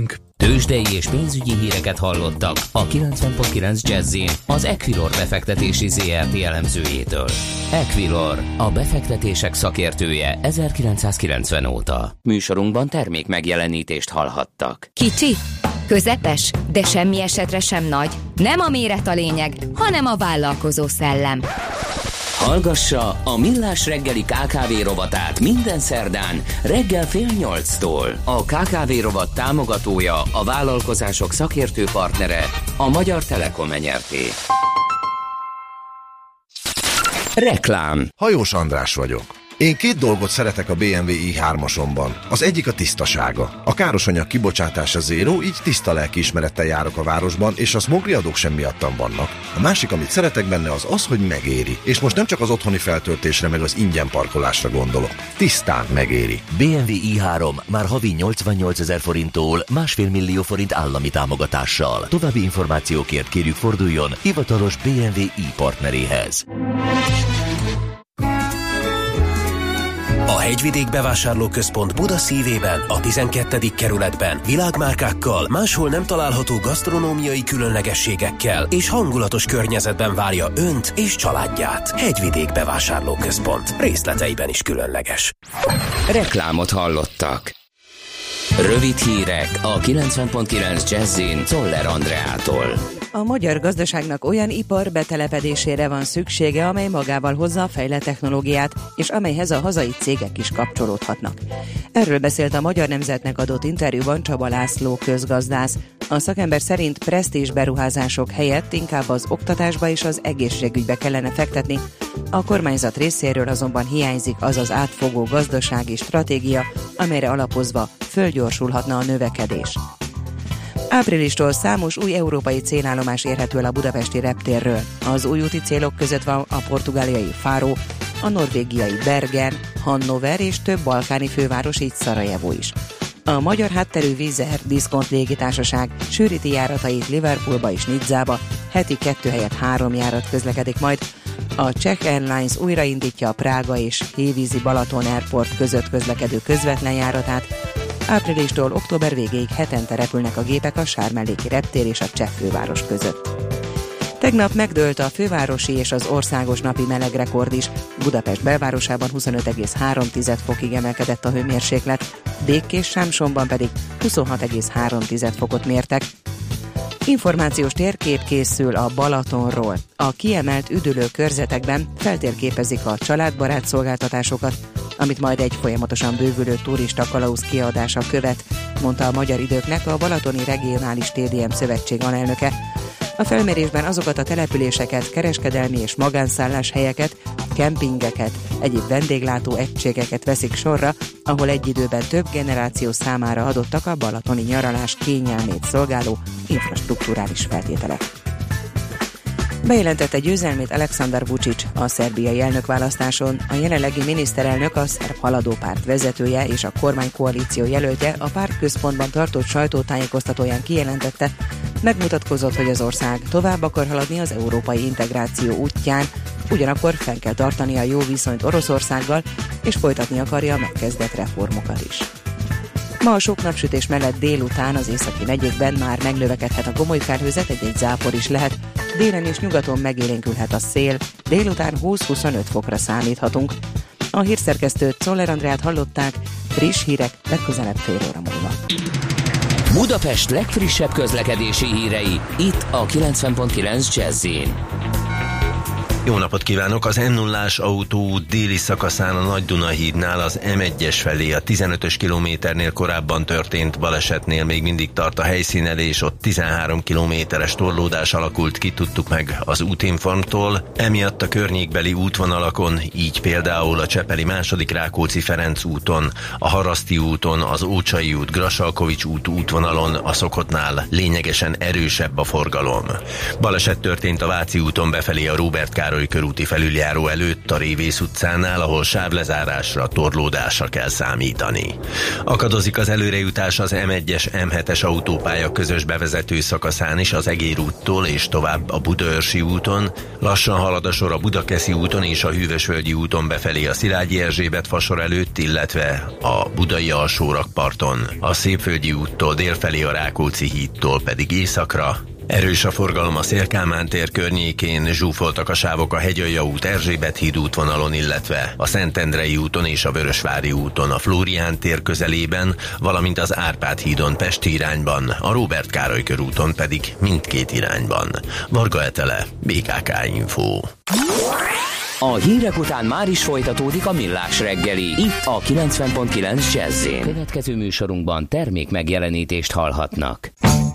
Tőzsdei és pénzügyi híreket hallottak a 90.9 Jazz-in az Equilor befektetési ZRT elemzőjétől. Equilor, a befektetések szakértője 1990 óta. Műsorunkban termék megjelenítést hallhattak. Kicsi, közepes, de semmi esetre sem nagy. Nem a méret a lényeg, hanem a vállalkozó szellem. Hallgassa a Millás reggeli KKV rovatát minden szerdán reggel 7:30-tól. A KKV rovat támogatója, a vállalkozások szakértő partnere, a Magyar Telekom Nyrt. Reklám. Hajós András vagyok. Én 2 dolgot szeretek a BMW i3-asomban. Az egyik a tisztasága. A károsanyag kibocsátása zéró, így tiszta lelkiismerettel járok a városban, és a smogriadók sem miattam vannak. A másik, amit szeretek benne, az, hogy megéri. És most nem csak az otthoni feltöltésre, meg az ingyen parkolásra gondolok. Tisztán megéri. BMW i3 már havi 88 000 forinttól 1,5 millió forint állami támogatással. További információkért kérjük forduljon hivatalos BMW i partneréhez. A Hegyvidék Bevásárlóközpont Buda szívében, a 12. kerületben világmárkákkal, máshol nem található gasztronómiai különlegességekkel és hangulatos környezetben várja önt és családját. Hegyvidék Bevásárlóközpont. Részleteiben is különleges. Reklámot hallottak. Rövid hírek a 90.9 Jazz-in Czoller Andreától. A magyar gazdaságnak olyan ipar betelepedésére van szüksége, amely magával hozza a fejlett technológiát, és amelyhez a hazai cégek is kapcsolódhatnak. Erről beszélt a Magyar Nemzetnek adott interjúban Csaba László közgazdász. A szakember szerint presztízs beruházások helyett inkább az oktatásba és az egészségügybe kellene fektetni. A kormányzat részéről azonban hiányzik az az átfogó gazdasági stratégia, amelyre alapozva fölgyorsulhatna a növekedés. Áprilistól számos új európai célállomás érhető el a budapesti reptérről. Az új úti célok között van a portugáliai Faro, a norvégiai Bergen, Hannover és több balkáni főváros, így Szarajevó is. A magyar hátterű Wizz Air diszkont légitársaság sűríti járatait Liverpoolba és Nizzába, heti 2 helyett 3 járat közlekedik majd. A Czech Airlines újraindítja a Prága és Hévízi Balaton Airport között közlekedő közvetlen járatát. Áprilistól október végéig hetente repülnek a gépek a Sármelléki reptér és a cseh főváros között. Tegnap megdőlt a fővárosi és az országos napi melegrekord is. Budapest belvárosában 25,3 fokig emelkedett a hőmérséklet, Békés Sámsonban pedig 26,3 fokot mértek. Információs térkép készül a Balatonról. A kiemelt üdülő körzetekben feltérképezik a családbarát szolgáltatásokat, amit majd egy folyamatosan bővülő turista kalauz kiadása követ, mondta a Magyar Időknek a Balatoni Regionális TDM Szövetség alelnöke. A felmérésben azokat a településeket, kereskedelmi és magánszálláshelyeket, kempingeket, egyéb vendéglátó egységeket veszik sorra, ahol egy időben több generáció számára adottak a balatoni nyaralás kényelmét szolgáló infrastrukturális feltételek. Bejelentette győzelmét Aleksandar Vučić, a szerbiai elnökválasztáson. A jelenlegi miniszterelnök, a szerb haladó párt vezetője és a kormánykoalíció jelöltje a pártközpontban tartott sajtótájékoztatóján kijelentette, megmutatkozott, hogy az ország tovább akar haladni az európai integráció útján, ugyanakkor fenn kell tartani a jó viszonyt Oroszországgal, és folytatni akarja a megkezdett reformokat is. Ma a sok napsütés mellett délután az északi megyékben már megnövekedhet a gomoly felhőzet, egy zápor is lehet. Délen és nyugaton megélénkülhet a szél, délután 20-25 fokra számíthatunk. A hírszerkesztőt, Czoller Andrát hallották, friss hírek legközelebb fél óra múlva. Budapest legfrissebb közlekedési hírei, itt a 90.9 Jazz-in. Jó napot kívánok! Az M0-ás autóút déli szakaszán a Nagy-Duna-hídnál az M1-es felé a 15-ös kilométernél korábban történt balesetnél még mindig tart a helyszínelés, ott 13 kilométeres torlódás alakult ki, tudtuk meg az Útinformtól. Emiatt a környékbeli útvonalakon, így például a Csepeli II. Rákóczi-Ferenc úton, a Haraszti úton, az Ócsai út, Grassalkovich út útvonalon a szokottnál lényegesen erősebb a forgalom. Baleset történt a Váci úton befelé a Róbert Károly Károly körúti felüljáró előtt a Révész utcánál, ahol sávlezárásra, torlódásra kell számítani. Akadozik az előrejutás az M1-es, M7-es autópálya közös bevezető szakaszán is az Egér úttól és tovább a Budaörsi úton, lassan halad a sor a Budakeszi úton és a Hűvösvölgyi úton befelé a Szilágyi Erzsébet fasor előtt, illetve a Budai alsórakparton, a Szépvölgyi úttól délfelé a Rákóczi hídtól pedig északra. Erős a forgalom a Széll-Kálmán tér környékén, zsúfoltak a sávok a Hegyalja út Erzsébet híd útvonalon, illetve a Szentendrei úton és a Vörösvári úton a Flórián tér közelében, valamint az Árpád hídon Pesti irányban, a Róbert Károly körúton pedig mindkét irányban. Varga Etele, BKK Info. A hírek után már is folytatódik a Millás reggeli, itt a 90.9 Jazz-én. Következő műsorunkban termék megjelenítést hallhatnak.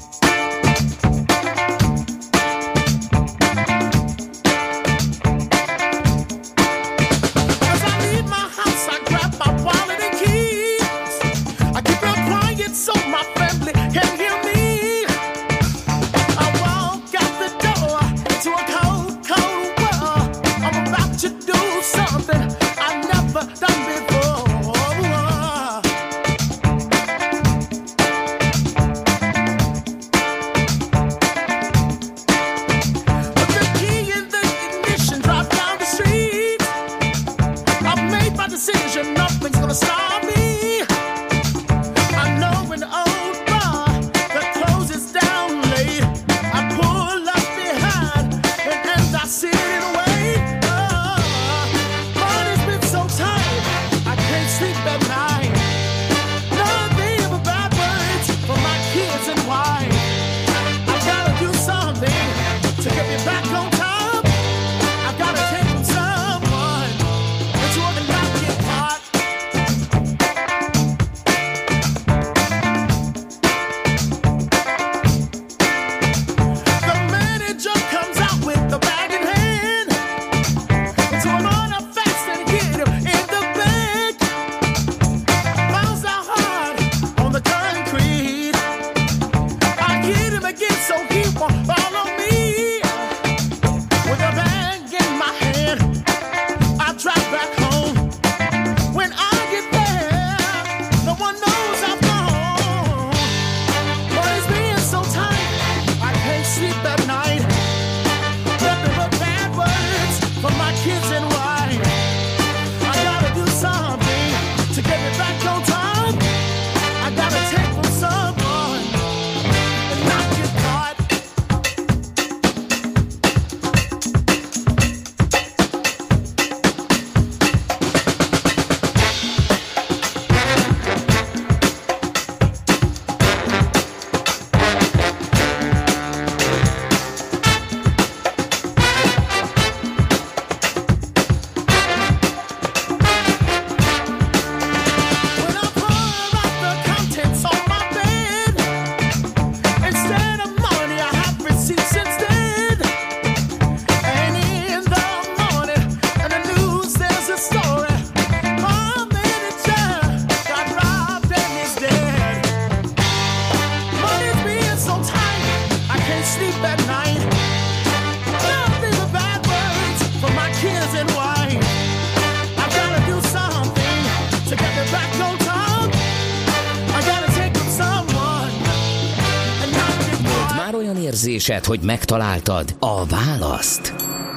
Érzésed, hogy megtaláltad a választ?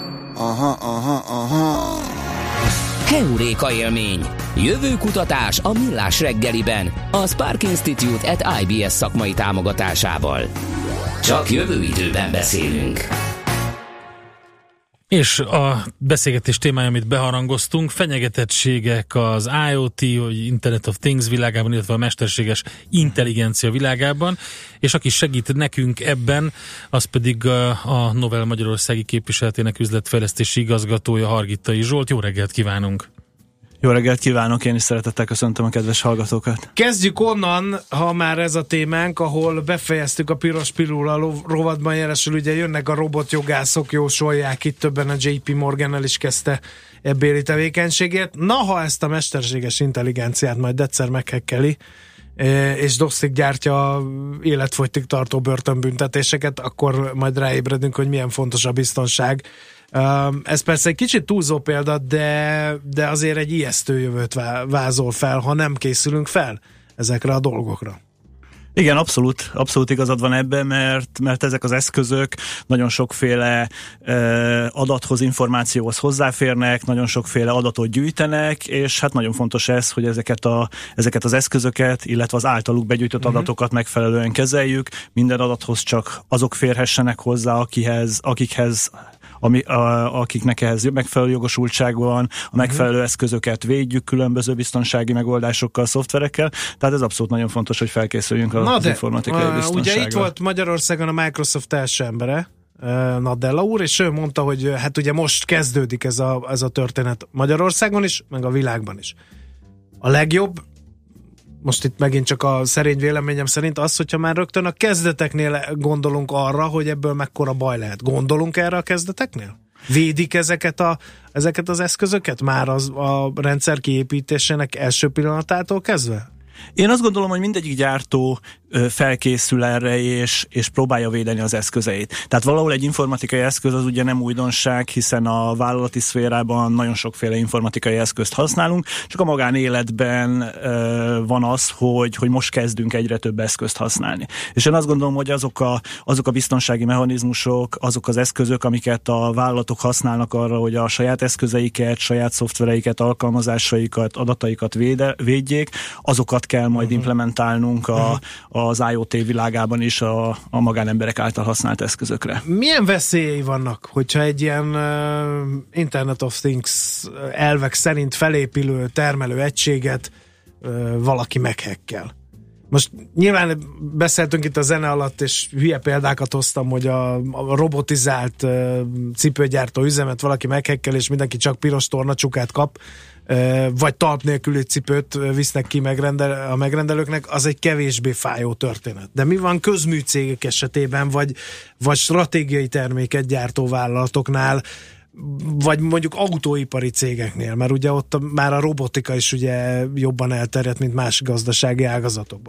Aha. Heuréka élmény. Jövőkutatás a Millás reggeliben, a Spark Institute at IBS szakmai támogatásával. Csak jövő időben beszélünk. És a beszélgetés témája, amit beharangoztunk, fenyegetettségek az IoT, vagy Internet of Things világában, illetve a mesterséges intelligencia világában, és aki segít nekünk ebben, az pedig a Novell Magyarországi képviseletének üzletfejlesztési igazgatója, Hargittai Zsolt. Jó reggelt kívánunk! Jó reggelt kívánok, én is szeretettel köszöntöm a kedves hallgatókat. Kezdjük onnan, ha már ez a témánk, ahol befejeztük a Piros Pillula rovatban, jelesül ugye jönnek a robotjogászok, jósolják, itt többen a JP Morgannel is kezdte ebbéli tevékenységét. Na, ha ezt a mesterséges intelligenciát majd egyszer meghekkeli, és dosztig gyártja életfogytig tartó börtönbüntetéseket, akkor majd ráébredünk, hogy milyen fontos a biztonság Ez persze egy kicsit túlzó példa, de azért egy ijesztő jövőt vázol fel, ha nem készülünk fel ezekre a dolgokra. Igen, abszolút igazad van ebben, mert ezek az eszközök nagyon sokféle adathoz, információhoz hozzáférnek, nagyon sokféle adatot gyűjtenek, és hát nagyon fontos ez, hogy ezeket az eszközöket, illetve az általuk begyűjtött adatokat megfelelően kezeljük, minden adathoz csak azok férhessenek hozzá, akiknek ehhez megfelelő jogosultság van, a megfelelő eszközöket védjük különböző biztonsági megoldásokkal, szoftverekkel, tehát ez abszolút nagyon fontos, hogy felkészüljünk az informatikai biztonságra. Ugye itt volt Magyarországon a Microsoft első embere, Nadella úr, és ő mondta, hogy hát ugye most kezdődik ez a történet Magyarországon is, meg a világban is. A legjobb, most itt megint csak a szerény véleményem szerint az, hogyha már rögtön a kezdeteknél gondolunk arra, hogy ebből mekkora baj lehet. Gondolunk erre a kezdeteknél? Védik ezeket az eszközöket már a rendszer kiépítésének első pillanatától kezdve? Én azt gondolom, hogy mindegyik gyártó felkészül erre, és próbálja védeni az eszközeit. Tehát valahol egy informatikai eszköz az ugye nem újdonság, hiszen a vállalati szférában nagyon sokféle informatikai eszközt használunk, csak a magánéletben van az, hogy most kezdünk egyre több eszközt használni. És én azt gondolom, hogy azok a biztonsági mechanizmusok, azok az eszközök, amiket a vállalatok használnak arra, hogy a saját eszközeiket, saját szoftvereiket, alkalmazásaikat, adataikat védjék, azokat kell majd implementálnunk az IoT világában is a magánemberek által használt eszközökre. Milyen veszélyei vannak, hogyha egy ilyen Internet of Things elvek szerint felépülő termelő egységet valaki meghekkel? Most nyilván beszéltünk itt a zene alatt, és hülye példákat hoztam, hogy a robotizált cipőgyártó üzemet valaki meghekkel, és mindenki csak piros tornacsukát kap, vagy talp nélküli cipőt visznek ki a megrendelőknek, az egy kevésbé fájó történet. De mi van közműcégek esetében, vagy stratégiai terméket gyártó vállalatoknál, vagy mondjuk autóipari cégeknél, mert ugye ott már a robotika is ugye jobban elterjedt, mint más gazdasági ágazatokban.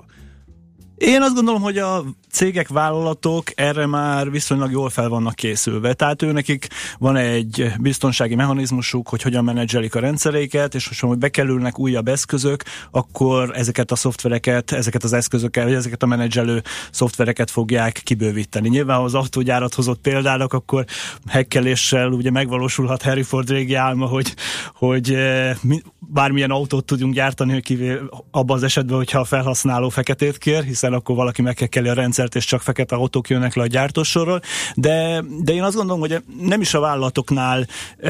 Én azt gondolom, hogy a cégek, vállalatok erre már viszonylag jól fel vannak készülve. Tehát nekik van egy biztonsági mechanizmusuk, hogy hogyan menedzselik a rendszereiket, és hogy bekerülnek újabb eszközök, akkor ezeket a szoftvereket, ezeket az eszközöket, vagy ezeket a menedzselő szoftvereket fogják kibővíteni. Nyilván, ha az autógyárat hozott példának, akkor hekkeléssel ugye megvalósulhat Harry Ford régi álma, hogy bármilyen autót tudjunk gyártani, kivéve abban az esetben, hogyha a felhasználó feketét kér, hiszen akkor valaki meghekkeli a rendszert, és csak fekete autók jönnek le a gyártósorról. De én azt gondolom, hogy nem is a vállalatoknál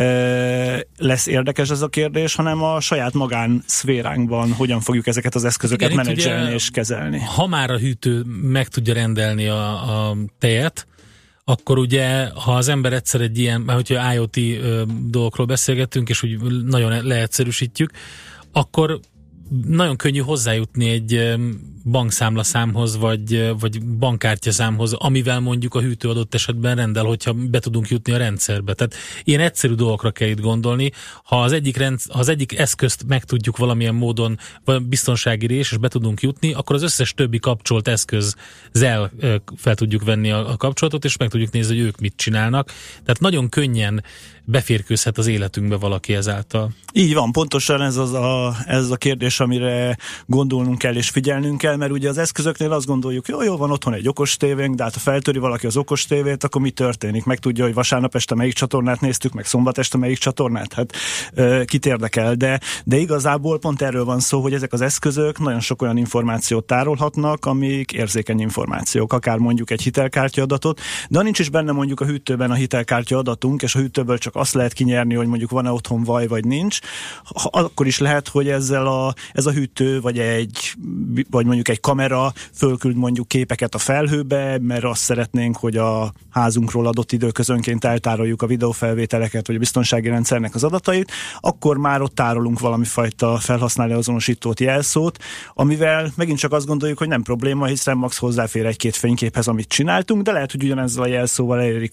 lesz érdekes ez a kérdés, hanem a saját magánszféránkban hogyan fogjuk ezeket az eszközöket menedzselni és kezelni. Ha már a hűtő meg tudja rendelni a tejet, akkor ugye, ha az ember egyszer egy ilyen, mert hogyha IoT dolgokról beszélgettünk, és úgy nagyon leegyszerűsítjük, akkor nagyon könnyű hozzájutni egy bankszámlaszámhoz, vagy bankkártyaszámhoz, amivel mondjuk a hűtő adott esetben rendel, hogyha be tudunk jutni a rendszerbe. Tehát ilyen egyszerű dolgokra kell itt gondolni. Ha az egyik eszközt meg tudjuk valamilyen módon, vagy biztonsági rés, és be tudunk jutni, akkor az összes többi kapcsolt eszközzel fel tudjuk venni a kapcsolatot, és meg tudjuk nézni, hogy ők mit csinálnak. Tehát nagyon könnyen beférkőzhet az életünkbe valaki ezáltal. Így van, pontosan ez a kérdés, amire gondolnunk kell és figyelnünk kell, mert ugye az eszközöknél azt gondoljuk, jó, van otthon egy okos tévénk, de hát ha feltöri valaki az okos tévét, akkor mi történik? Meg tudja, hogy vasárnap este melyik csatornát néztük, meg szombat este melyik csatornát? Hát kit érdekel, de igazából pont erről van szó, hogy ezek az eszközök nagyon sok olyan információt tárolhatnak, amik érzékeny információk, akár mondjuk egy hitelkártya adatot, de ha nincs is benne mondjuk a hűtőben a hitelkártya adatunk, és a hűtőből csak azt lehet kinyerni, hogy mondjuk van-e otthon vaj, vagy nincs, akkor is lehet, hogy ez a hűtő, vagy mondjuk egy kamera fölküld mondjuk képeket a felhőbe, mert azt szeretnénk, hogy a házunkról adott időközönként eltároljuk a videófelvételeket, vagy a biztonsági rendszernek az adatait, akkor már ott tárolunk valami fajta felhasználó azonosítót, jelszót, amivel megint csak azt gondoljuk, hogy nem probléma, hiszen max hozzáfér egy-két fényképhez, amit csináltunk, de lehet, hogy ugyanezzel a jelszóval elérik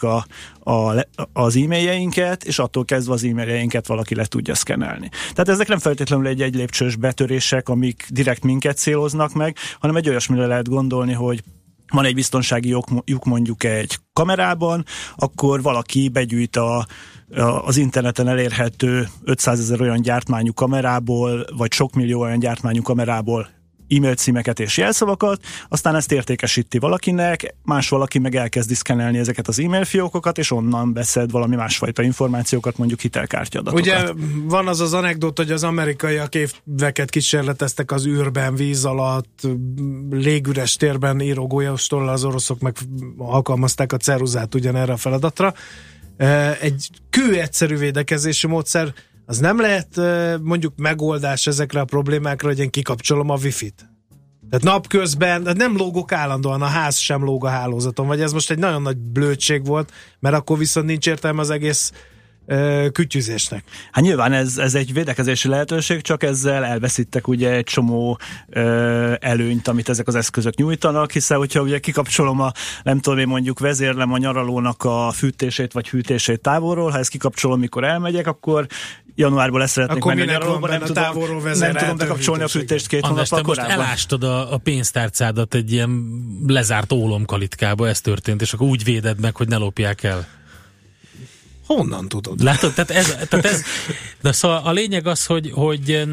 az e-mailjeinket, és attól kezdve az e-mailjeinket valaki le tudja szkennelni. Tehát ezek nem feltétlenül egy lépcsős betörések, amik direkt minket céloznak meg, hanem egy olyasmire lehet gondolni, hogy van egy biztonsági lyuk mondjuk egy kamerában, akkor valaki begyűjt az interneten elérhető 500 000 olyan gyártmányú kamerából, vagy sok millió olyan gyártmányú kamerából e-mail címeket és jelszavakat, aztán ezt értékesíti valakinek, más valaki meg elkezdi szkennelni ezeket az e-mail fiókokat, és onnan beszed valami másfajta információkat, mondjuk hitelkártya adatokat. Ugye van az anekdót, hogy az amerikaiak éveket kísérleteztek az űrben, víz alatt, légüres térben író golyóstollal, az oroszok meg alkalmazták a ceruzát ugyanerre a feladatra. Egy kőegyszerű védekezési módszer, az nem lehet mondjuk megoldás ezekre a problémákra, hogy én kikapcsolom a wifi-t. Tehát napközben, de nem lógok állandóan, a ház sem lóg a hálózaton, vagy ez most egy nagyon nagy blödség volt, mert akkor viszont nincs értelme az egész kütyüzésnek. Hát nyilván ez egy védekezési lehetőség, csak ezzel elveszítek ugye egy csomó előnyt, amit ezek az eszközök nyújtanak, hiszen hogyha ugye kikapcsolom nem tudom én mondjuk vezérlem a nyaralónak a fűtését vagy hűtését távolról, ha ezt kikapcsolom, mikor elmegyek, akkor januárban leszeretnék menni a nyaralóba, nem tudom bekapcsolni a fűtést 2 hónappal korábban. Most elástad a pénztárcádat egy ilyen lezárt ólomkalitkába, ez történt, és akkor úgy véded meg, hogy ne lopják el. Honnan tudod? Látod, tehát ez de szóval a lényeg az, hogy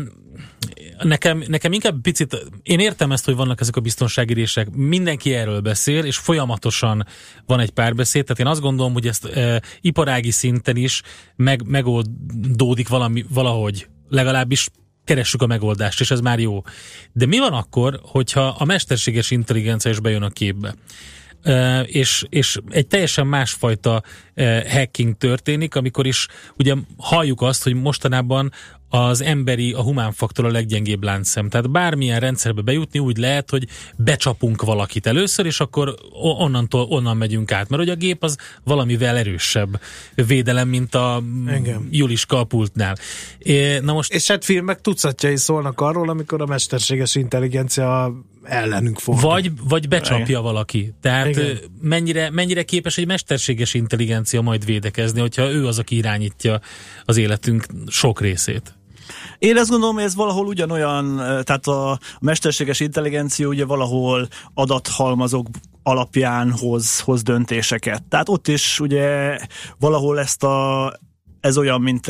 nekem inkább picit, én értem ezt, hogy vannak ezek a biztonsági rések, mindenki erről beszél, és folyamatosan van egy párbeszéd, tehát én azt gondolom, hogy ezt iparági szinten is megoldódik valahogy, legalábbis keressük a megoldást, és ez már jó. De mi van akkor, hogyha a mesterséges intelligencia is bejön a képbe? És egy teljesen másfajta hacking történik, amikor is ugye halljuk azt, hogy mostanában az emberi, a humán faktor a leggyengébb láncszem. Tehát bármilyen rendszerbe bejutni úgy lehet, hogy becsapunk valakit először, és akkor onnan megyünk át. Mert hogy a gép az valamivel erősebb védelem, mint a Juliska a pultnál. Na most... És hát filmek tucatjai szólnak arról, amikor a mesterséges intelligencia ellenünk fordul. Vagy becsapja valaki. Tehát mennyire képes egy mesterséges intelligencia majd védekezni, hogyha ő az, aki irányítja az életünk sok részét. Én azt gondolom, hogy ez valahol ugyanolyan, tehát a mesterséges intelligencia ugye valahol adathalmazok alapján hoz döntéseket. Tehát ott is ugye valahol ez olyan, mint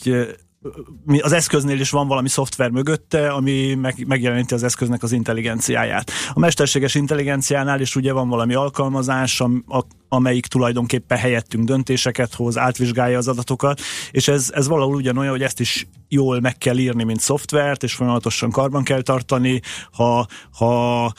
az eszköznél is van valami szoftver mögötte, ami megjeleníti az eszköznek az intelligenciáját. A mesterséges intelligenciánál is ugye van valami alkalmazás, amelyik tulajdonképpen helyettünk döntéseket hoz, átvizsgálja az adatokat, és ez valahol ugyanolyan, hogy ezt is jól meg kell írni, mint szoftvert, és folyamatosan karban kell tartani, ha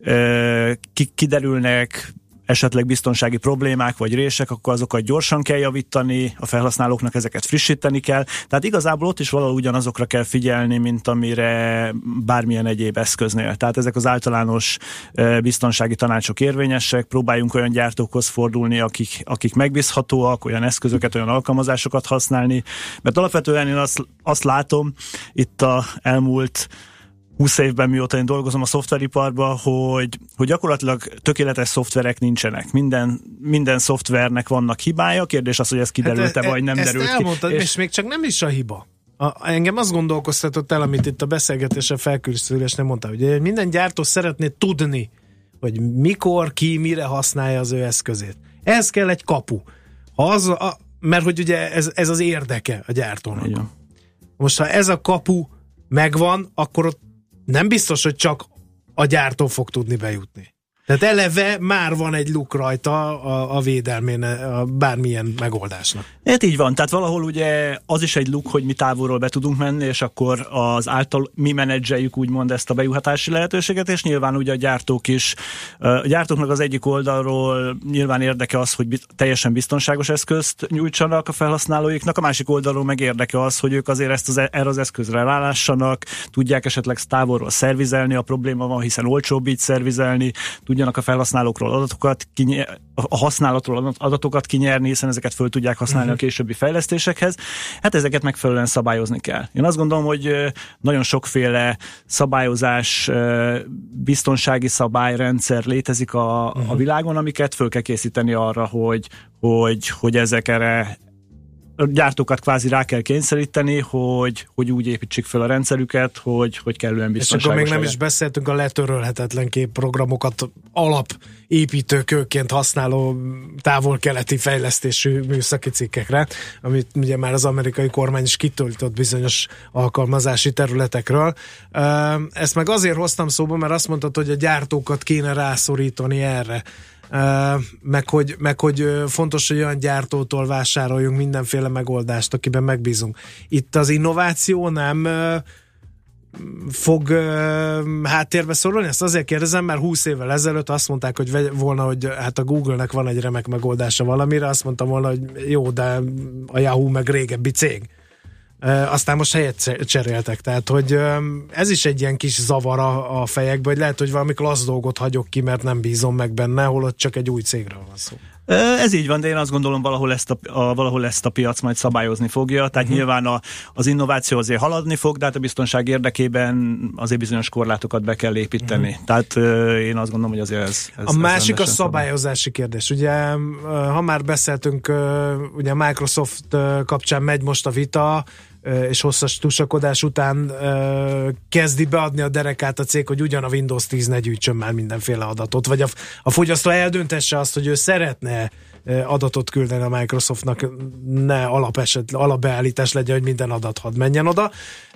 kiderülnek esetleg biztonsági problémák vagy rések, akkor azokat gyorsan kell javítani, a felhasználóknak ezeket frissíteni kell. Tehát igazából ott is valahol ugyanazokra kell figyelni, mint amire bármilyen egyéb eszköznél. Tehát ezek az általános biztonsági tanácsok érvényesek, próbáljunk olyan gyártókhoz fordulni, akik megbízhatóak, olyan eszközöket, olyan alkalmazásokat használni, mert alapvetően én azt látom itt a elmúlt 20 évben, mióta én dolgozom a szoftveriparban, hogy gyakorlatilag tökéletes szoftverek nincsenek. Minden szoftvernek vannak hibája. Kérdés az, hogy ez kiderült-e, vagy nem derült ki. Elmondtad, és még csak nem is a hiba. Engem azt gondolkoztatott el, amit itt a beszélgetésen felkészülésnél mondta, hogy minden gyártó szeretné tudni, hogy mikor, ki, mire használja az ő eszközét. Ez kell egy kapu. Mert hogy ugye ez az érdeke a gyártónak. Igen. Most ha ez a kapu megvan, akkor ott nem biztos, hogy csak a gyártó fog tudni bejutni. Tehát eleve már van egy luk rajta a védelmén a bármilyen megoldásnak. Hát így van, tehát valahol ugye az is egy luk, hogy mi távolról be tudunk menni, és akkor mi menedzseljük úgymond ezt a bejuthatási lehetőséget, és nyilván ugye a gyártók is. A gyártóknak az egyik oldalról nyilván érdeke az, hogy teljesen biztonságos eszközt nyújtsanak a felhasználóiknak, a másik oldalról meg érdeke az, hogy ők azért erre az eszközre rálássanak, tudják esetleg távolról szervizelni, a probléma van, hiszen olcsóbb így szervizelni, tudjanak a felhasználókról adatokat, a használatról adatokat kinyerni, hiszen ezeket föl tudják használni a későbbi fejlesztésekhez. Hát ezeket megfelelően szabályozni kell. Én azt gondolom, hogy nagyon sokféle szabályozás, biztonsági szabályrendszer létezik a világon, amiket föl kell készíteni arra, hogy ezek erre gyártókat kvázi rá kell kényszeríteni, hogy úgy építsék fel a rendszerüket, hogy kellően biztonságos. És akkor még nem is beszéltünk a letörölhetetlen képprogramokat alapépítőkőként használó távol-keleti fejlesztésű műszaki cikkekre, amit ugye már az amerikai kormány is kitöltött bizonyos alkalmazási területekről. Ezt meg azért hoztam szóba, mert azt mondtad, hogy a gyártókat kéne rászorítani erre. Meg hogy fontos, hogy olyan gyártótól vásároljunk mindenféle megoldást, akiben megbízunk. Itt az innováció nem fog háttérbe szorulni? Ezt azért kérdezem, mert 20 évvel ezelőtt azt mondták, hogy volna, hogy hát a Google-nek van egy remek megoldása valamire, azt mondtam volna, hogy jó, de a Yahoo meg régebbi cég. Aztán most helyet cseréltek, tehát hogy ez is egy ilyen kis zavar a fejekbe, hogy lehet, hogy valami klassz dolgot hagyok ki, mert nem bízom meg benne, holott csak egy új cégről van szó. Ez így van, de én azt gondolom, valahol ezt a piac majd szabályozni fogja, tehát nyilván az innováció azért haladni fog, de hát a biztonság érdekében azért bizonyos korlátokat be kell építeni. Tehát én azt gondolom, hogy azért ez a másik a szabályozási kérdés. Ugye, ha már beszéltünk, ugye Microsoft kapcsán megy most a vita, és hosszas tusakodás után kezdi beadni a derekát a cég, hogy ugyan a Windows 10 ne gyűjtsön már mindenféle adatot, vagy a fogyasztó eldöntesse azt, hogy ő szeretne adatot küldeni a Microsoftnak, ne alapbeállítás legyen, hogy minden adat hadd menjen oda.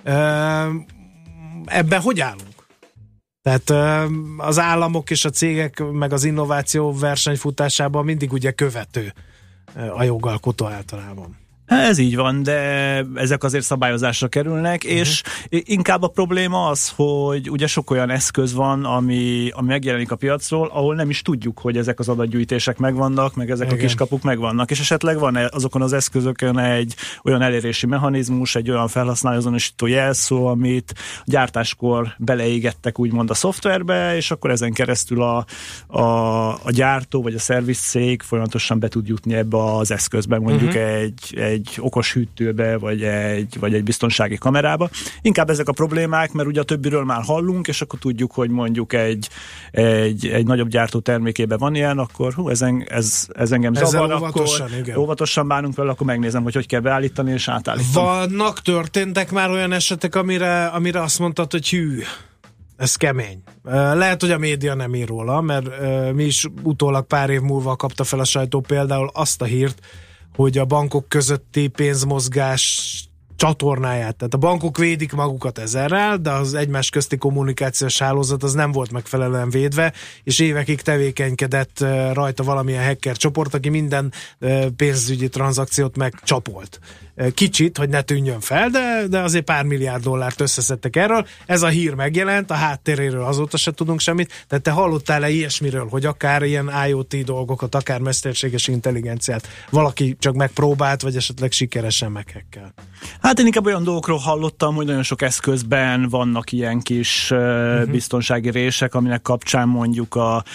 Ebben hogy állunk? Tehát az államok és a cégek meg az innováció versenyfutásában mindig ugye követő a jogalkotó általában. Ez így van, de ezek azért szabályozásra kerülnek, és inkább a probléma az, hogy ugye sok olyan eszköz van, ami megjelenik a piacról, ahol nem is tudjuk, hogy ezek az adatgyűjtések megvannak, meg ezek a kiskapuk megvannak, és esetleg van azokon az eszközökön egy olyan elérési mechanizmus, egy olyan felhasználóazonosító jelszó, amit gyártáskor beleégettek úgymond a szoftverbe, és akkor ezen keresztül a gyártó vagy a szervizzcég folyamatosan be tud jutni ebbe az eszközbe, mondjuk egy okos hűtőbe, vagy egy biztonsági kamerába. Inkább ezek a problémák, mert ugye a többiről már hallunk, és akkor tudjuk, hogy mondjuk egy nagyobb gyártó termékében van ilyen, akkor ez engem zavar, akkor óvatosan bánunk vele, akkor megnézem, hogy kell beállítani, és átállítani. Történtek már olyan esetek, amire azt mondtad, hogy hű, ez kemény. Lehet, hogy a média nem ír róla, mert mi is utólag pár év múlva kapta fel a sajtó például azt a hírt, hogy a bankok közötti pénzmozgás csatornáját, tehát a bankok védik magukat ezerrel, de az egymás közti kommunikációs hálózat az nem volt megfelelően védve, és évekig tevékenykedett rajta valamilyen hacker csoport, aki minden pénzügyi tranzakciót megcsapolt. Kicsit, hogy ne tűnjön fel, de azért pár milliárd dollárt összeszedtek erről. Ez a hír megjelent, a háttéréről azóta se tudunk semmit. Tehát te hallottál-e ilyesmiről, hogy akár ilyen IoT dolgokat, akár mesterséges intelligenciát valaki csak megpróbált, vagy esetleg sikeresen meghekkel? Hát én inkább olyan dolgokról hallottam, hogy nagyon sok eszközben vannak ilyen kis biztonsági rések, aminek kapcsán mondjuk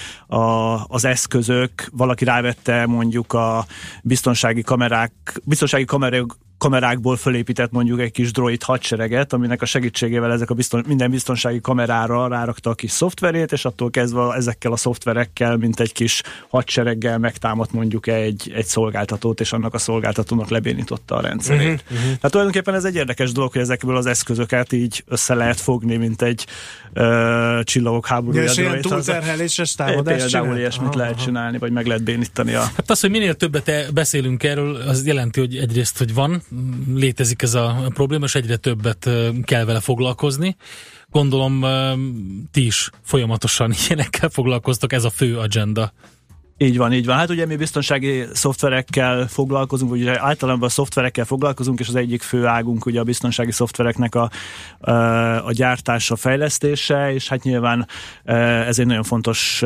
az eszközök, valaki rávette mondjuk a biztonsági kamerákból fölépített mondjuk egy kis droid hadsereget, aminek a segítségével ezek minden biztonsági kamerára rárakta a kis szoftverét, és attól kezdve ezekkel a szoftverekkel, mint egy kis hadsereggel megtámadt mondjuk egy szolgáltatót, és annak a szolgáltatónak lebénította a rendszerét. Tehát tulajdonképpen ez egy érdekes dolog, hogy ezekből az eszközöket így össze lehet fogni, mint egy csillagok háborúja. És ilyen túlterheléses támadást például ilyesmit lehet csinálni, vagy meg lehet bénítani Hát az, hogy minél többet beszélünk erről, az jelenti, hogy egyrészt, hogy létezik ez a probléma, és egyre többet kell vele foglalkozni. Gondolom, ti is folyamatosan ilyenekkel foglalkoztok, ez a fő agenda. Így van. Hát ugye mi biztonsági szoftverekkel foglalkozunk, ugye általában a szoftverekkel foglalkozunk, és az egyik fő águnk ugye a biztonsági szoftvereknek a gyártása, fejlesztése, és hát nyilván ez egy nagyon fontos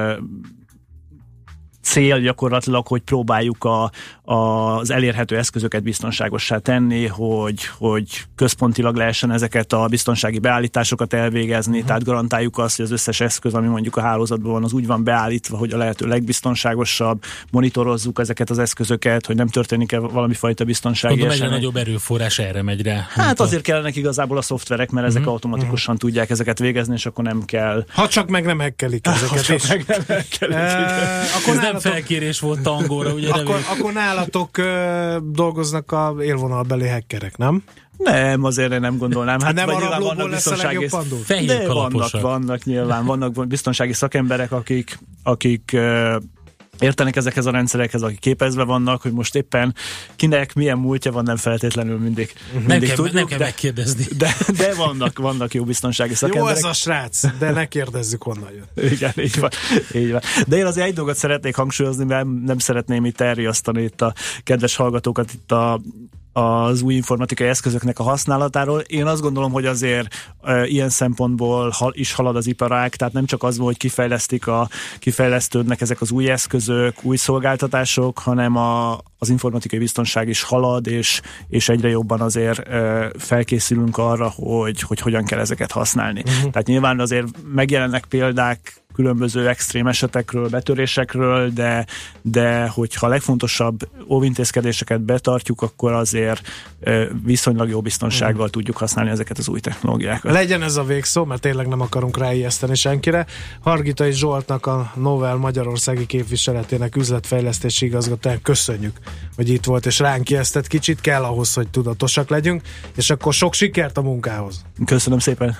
cél gyakorlatilag, hogy próbáljuk az elérhető eszközöket biztonságossá tenni, hogy központilag lehessen ezeket a biztonsági beállításokat elvégezni, tehát garantáljuk azt, hogy az összes eszköz, ami mondjuk a hálózatban van, az úgy van beállítva, hogy a lehető legbiztonságosabb, monitorozzuk ezeket az eszközöket, hogy nem történik-e valami fajta biztonsági esemény. Egyre nagyobb erőforrás erre megy rá. Hát azért kellenek igazából a szoftverek, mert ezek automatikusan tudják ezeket végezni, és akkor nem kell. Ha csak meg nem hekkelik ezeket. Akkor nem felkérés volt tangóra, ugye? Akkor nálatok dolgoznak a élvonalbeli hackerek, nem? Nem, azért én nem gondolnám. Hát nem a rablóból lesz a legjobb pandúr? De vannak nyilván, vannak biztonsági szakemberek, akik értenek ezekhez a rendszerekhez, akik képezve vannak, hogy most éppen kinek milyen múltja van, nem feltétlenül mindig tudjuk. Nem kell megkérdezni. De vannak jó biztonsági szakemberek. Jó ez a srác, de ne kérdezzük, honnan jön. Igen, így van. De én azért egy dolgot szeretnék hangsúlyozni, mert nem szeretném itt elriasztani itt a kedves hallgatókat itt az új informatikai eszközöknek a használatáról. Én azt gondolom, hogy azért ilyen szempontból is halad az iparág, tehát nem csak az, hogy kifejlesztődnek ezek az új eszközök, új szolgáltatások, hanem az informatikai biztonság is halad, és egyre jobban azért felkészülünk arra, hogy hogyan kell ezeket használni. Tehát nyilván azért megjelennek példák különböző extrém esetekről, betörésekről, de hogyha a legfontosabb óvintézkedéseket betartjuk, akkor azért viszonylag jó biztonsággal tudjuk használni ezeket az új technológiákat. Legyen ez a végszó, mert tényleg nem akarunk ráijeszteni senkire. Hargitai Zsoltnak, a Novell Magyarországi képviseletének üzletfejlesztési igazgatójának köszönjük, hogy itt volt, és ránk ijesztett kicsit, kell ahhoz, hogy tudatosak legyünk, és akkor sok sikert a munkához. Köszönöm szépen!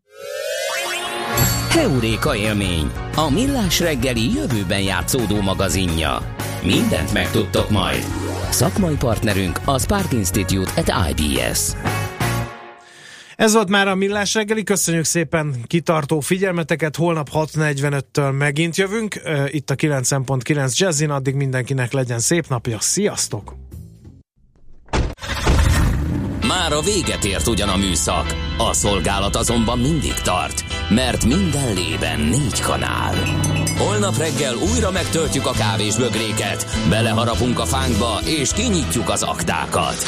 Heuréka élmény, a Millás reggeli jövőben játszódó magazinja. Mindent megtudtok majd. Szakmai partnerünk a Spark Institute at IBS. Ez volt már a Millás reggeli, köszönjük szépen kitartó figyelmeteket, holnap 6:45-től megint jövünk, itt a 9.9 Jazzin, addig mindenkinek legyen szép napja, sziasztok! Már a véget ért ugyan a műszak, a szolgálat azonban mindig tart, mert minden lében 4 kanál. Holnap reggel újra megtöltjük a kávésbögréket, beleharapunk a fánkba és kinyitjuk az aktákat.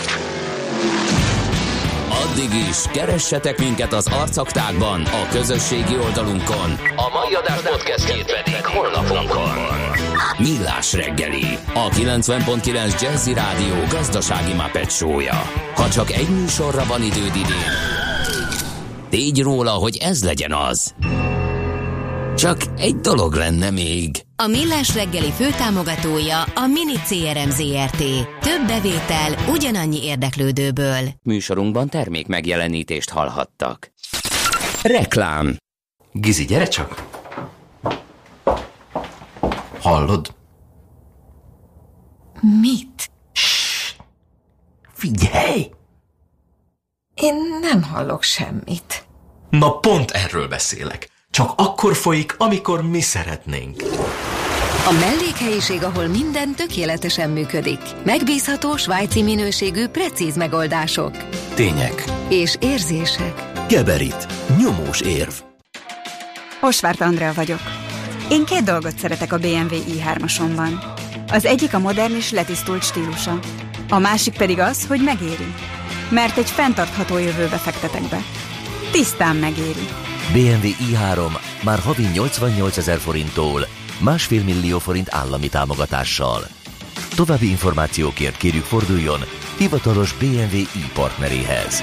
Addig is keressetek minket az arcaktákban, a közösségi oldalunkon, a mai adás podcastjét pedig honlapunkon. Millás reggeli, a 90.9 Jazzy Rádió gazdasági Muppet show-ja. Ha csak egy műsorra van időd idén, tégy róla, hogy ez legyen az. Csak egy dolog lenne még. A Millás reggeli főtámogatója a Mini CRM Zrt. Több bevétel ugyanannyi érdeklődőből. Műsorunkban termék megjelenítést hallhattak. Reklám. Gizi, gyere csak! Hallod? Mit? Figyelj! Én nem hallok semmit. Na pont erről beszélek. Csak akkor folyik, amikor mi szeretnénk. A mellékhelyiség, ahol minden tökéletesen működik. Megbízható, svájci minőségű, precíz megoldások. Tények. És érzések. Geberit. Nyomós érv. Osvárt Andrea vagyok. Én 2 dolgot szeretek a BMW i3-asomban. Az egyik a modern és letisztult stílusa. A másik pedig az, hogy megéri. Mert egy fenntartható jövőbe fektetek be. Tisztán megéri. BMW i3 már havi 88 000 forinttól, 1,5 millió forint állami támogatással. További információkért kérjük forduljon hivatalos BMW i partneréhez.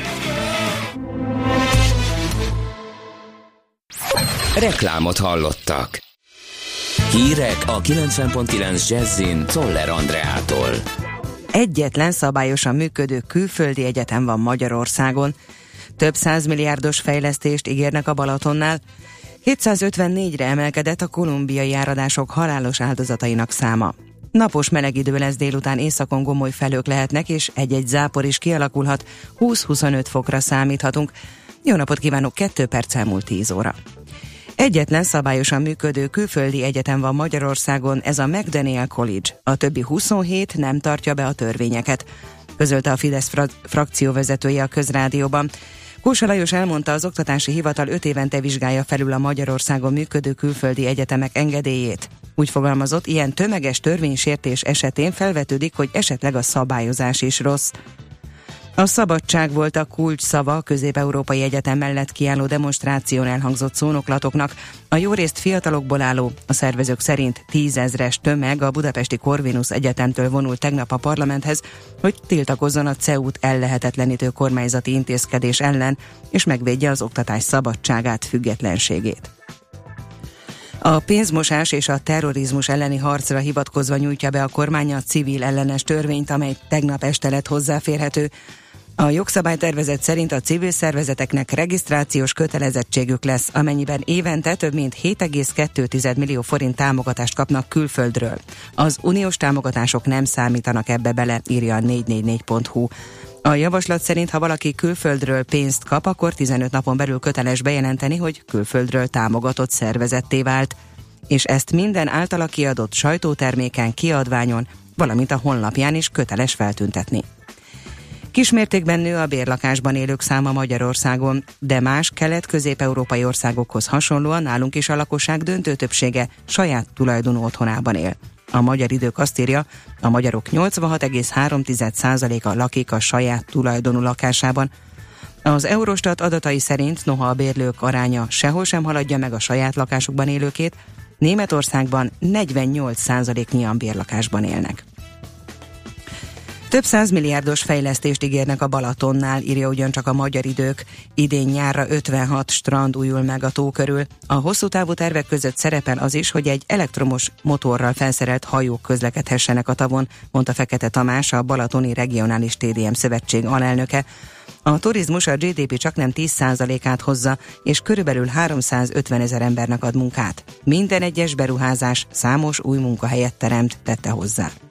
Reklámot hallottak. Hírek a 90.9 Jazzin Czoller Andreától. Egyetlen szabályosan működő külföldi egyetem van Magyarországon. Több 100 milliárdos fejlesztést ígérnek a Balatonnál. 754-re emelkedett a kolumbiai áradások halálos áldozatainak száma. Napos meleg idő lesz délután, északon gomoly felhők lehetnek, és egy-egy zápor is kialakulhat, 20-25 fokra számíthatunk. Jó napot kívánok, 2 perc elmúlt 10 óra. Egyetlen szabályosan működő külföldi egyetem van Magyarországon, ez a McDaniel College. A többi 27 nem tartja be a törvényeket, közölte a Fidesz frakcióvezetője a Közrádióban. Kósa Lajos elmondta, az oktatási hivatal 5 évente vizsgálja felül a Magyarországon működő külföldi egyetemek engedélyét. Úgy fogalmazott, ilyen tömeges törvénysértés esetén felvetődik, hogy esetleg a szabályozás is rossz. A szabadság volt a kulcs szava a Közép-Európai Egyetem mellett kiálló demonstráción elhangzott szónoklatoknak. A jórészt fiatalokból álló, a szervezők szerint 10 000-es tömeg a budapesti Corvinus Egyetemtől vonult tegnap a parlamenthez, hogy tiltakozzon a CEU-t ellehetetlenítő kormányzati intézkedés ellen, és megvédje az oktatás szabadságát, függetlenségét. A pénzmosás és a terrorizmus elleni harcra hivatkozva nyújtja be a kormány a civil ellenes törvényt, amely tegnap este lett hozzáférhető. A jogszabálytervezet szerint a civil szervezeteknek regisztrációs kötelezettségük lesz, amennyiben évente több mint 7,2 millió forint támogatást kapnak külföldről. Az uniós támogatások nem számítanak ebbe bele, írja a 444.hu. A javaslat szerint, ha valaki külföldről pénzt kap, akkor 15 napon belül köteles bejelenteni, hogy külföldről támogatott szervezetté vált, és ezt minden általa kiadott sajtóterméken, kiadványon, valamint a honlapján is köteles feltüntetni. Kismértékben nő a bérlakásban élők száma Magyarországon, de más kelet-közép-európai országokhoz hasonlóan nálunk is a lakosság döntő többsége saját tulajdonú otthonában él. A Magyar Idők azt írja, a magyarok 86,3%-a lakik a saját tulajdonú lakásában. Az Eurostat adatai szerint, noha a bérlők aránya sehol sem haladja meg a saját lakásukban élőkét, Németországban 48%-nyian bérlakásban élnek. Több 100 milliárdos fejlesztést ígérnek a Balatonnál, írja ugyancsak a Magyar Idők. Idén nyárra 56 strand újul meg a tó körül. A hosszú távú tervek között szerepel az is, hogy egy elektromos motorral felszerelt hajók közlekedhessenek a tavon, mondta Fekete Tamás, a Balatoni Regionális TDM Szövetség alelnöke. A turizmus a GDP csaknem 10%-át hozza, és körülbelül 350 000 embernek ad munkát. Minden egyes beruházás számos új munkahelyet teremt, tette hozzá.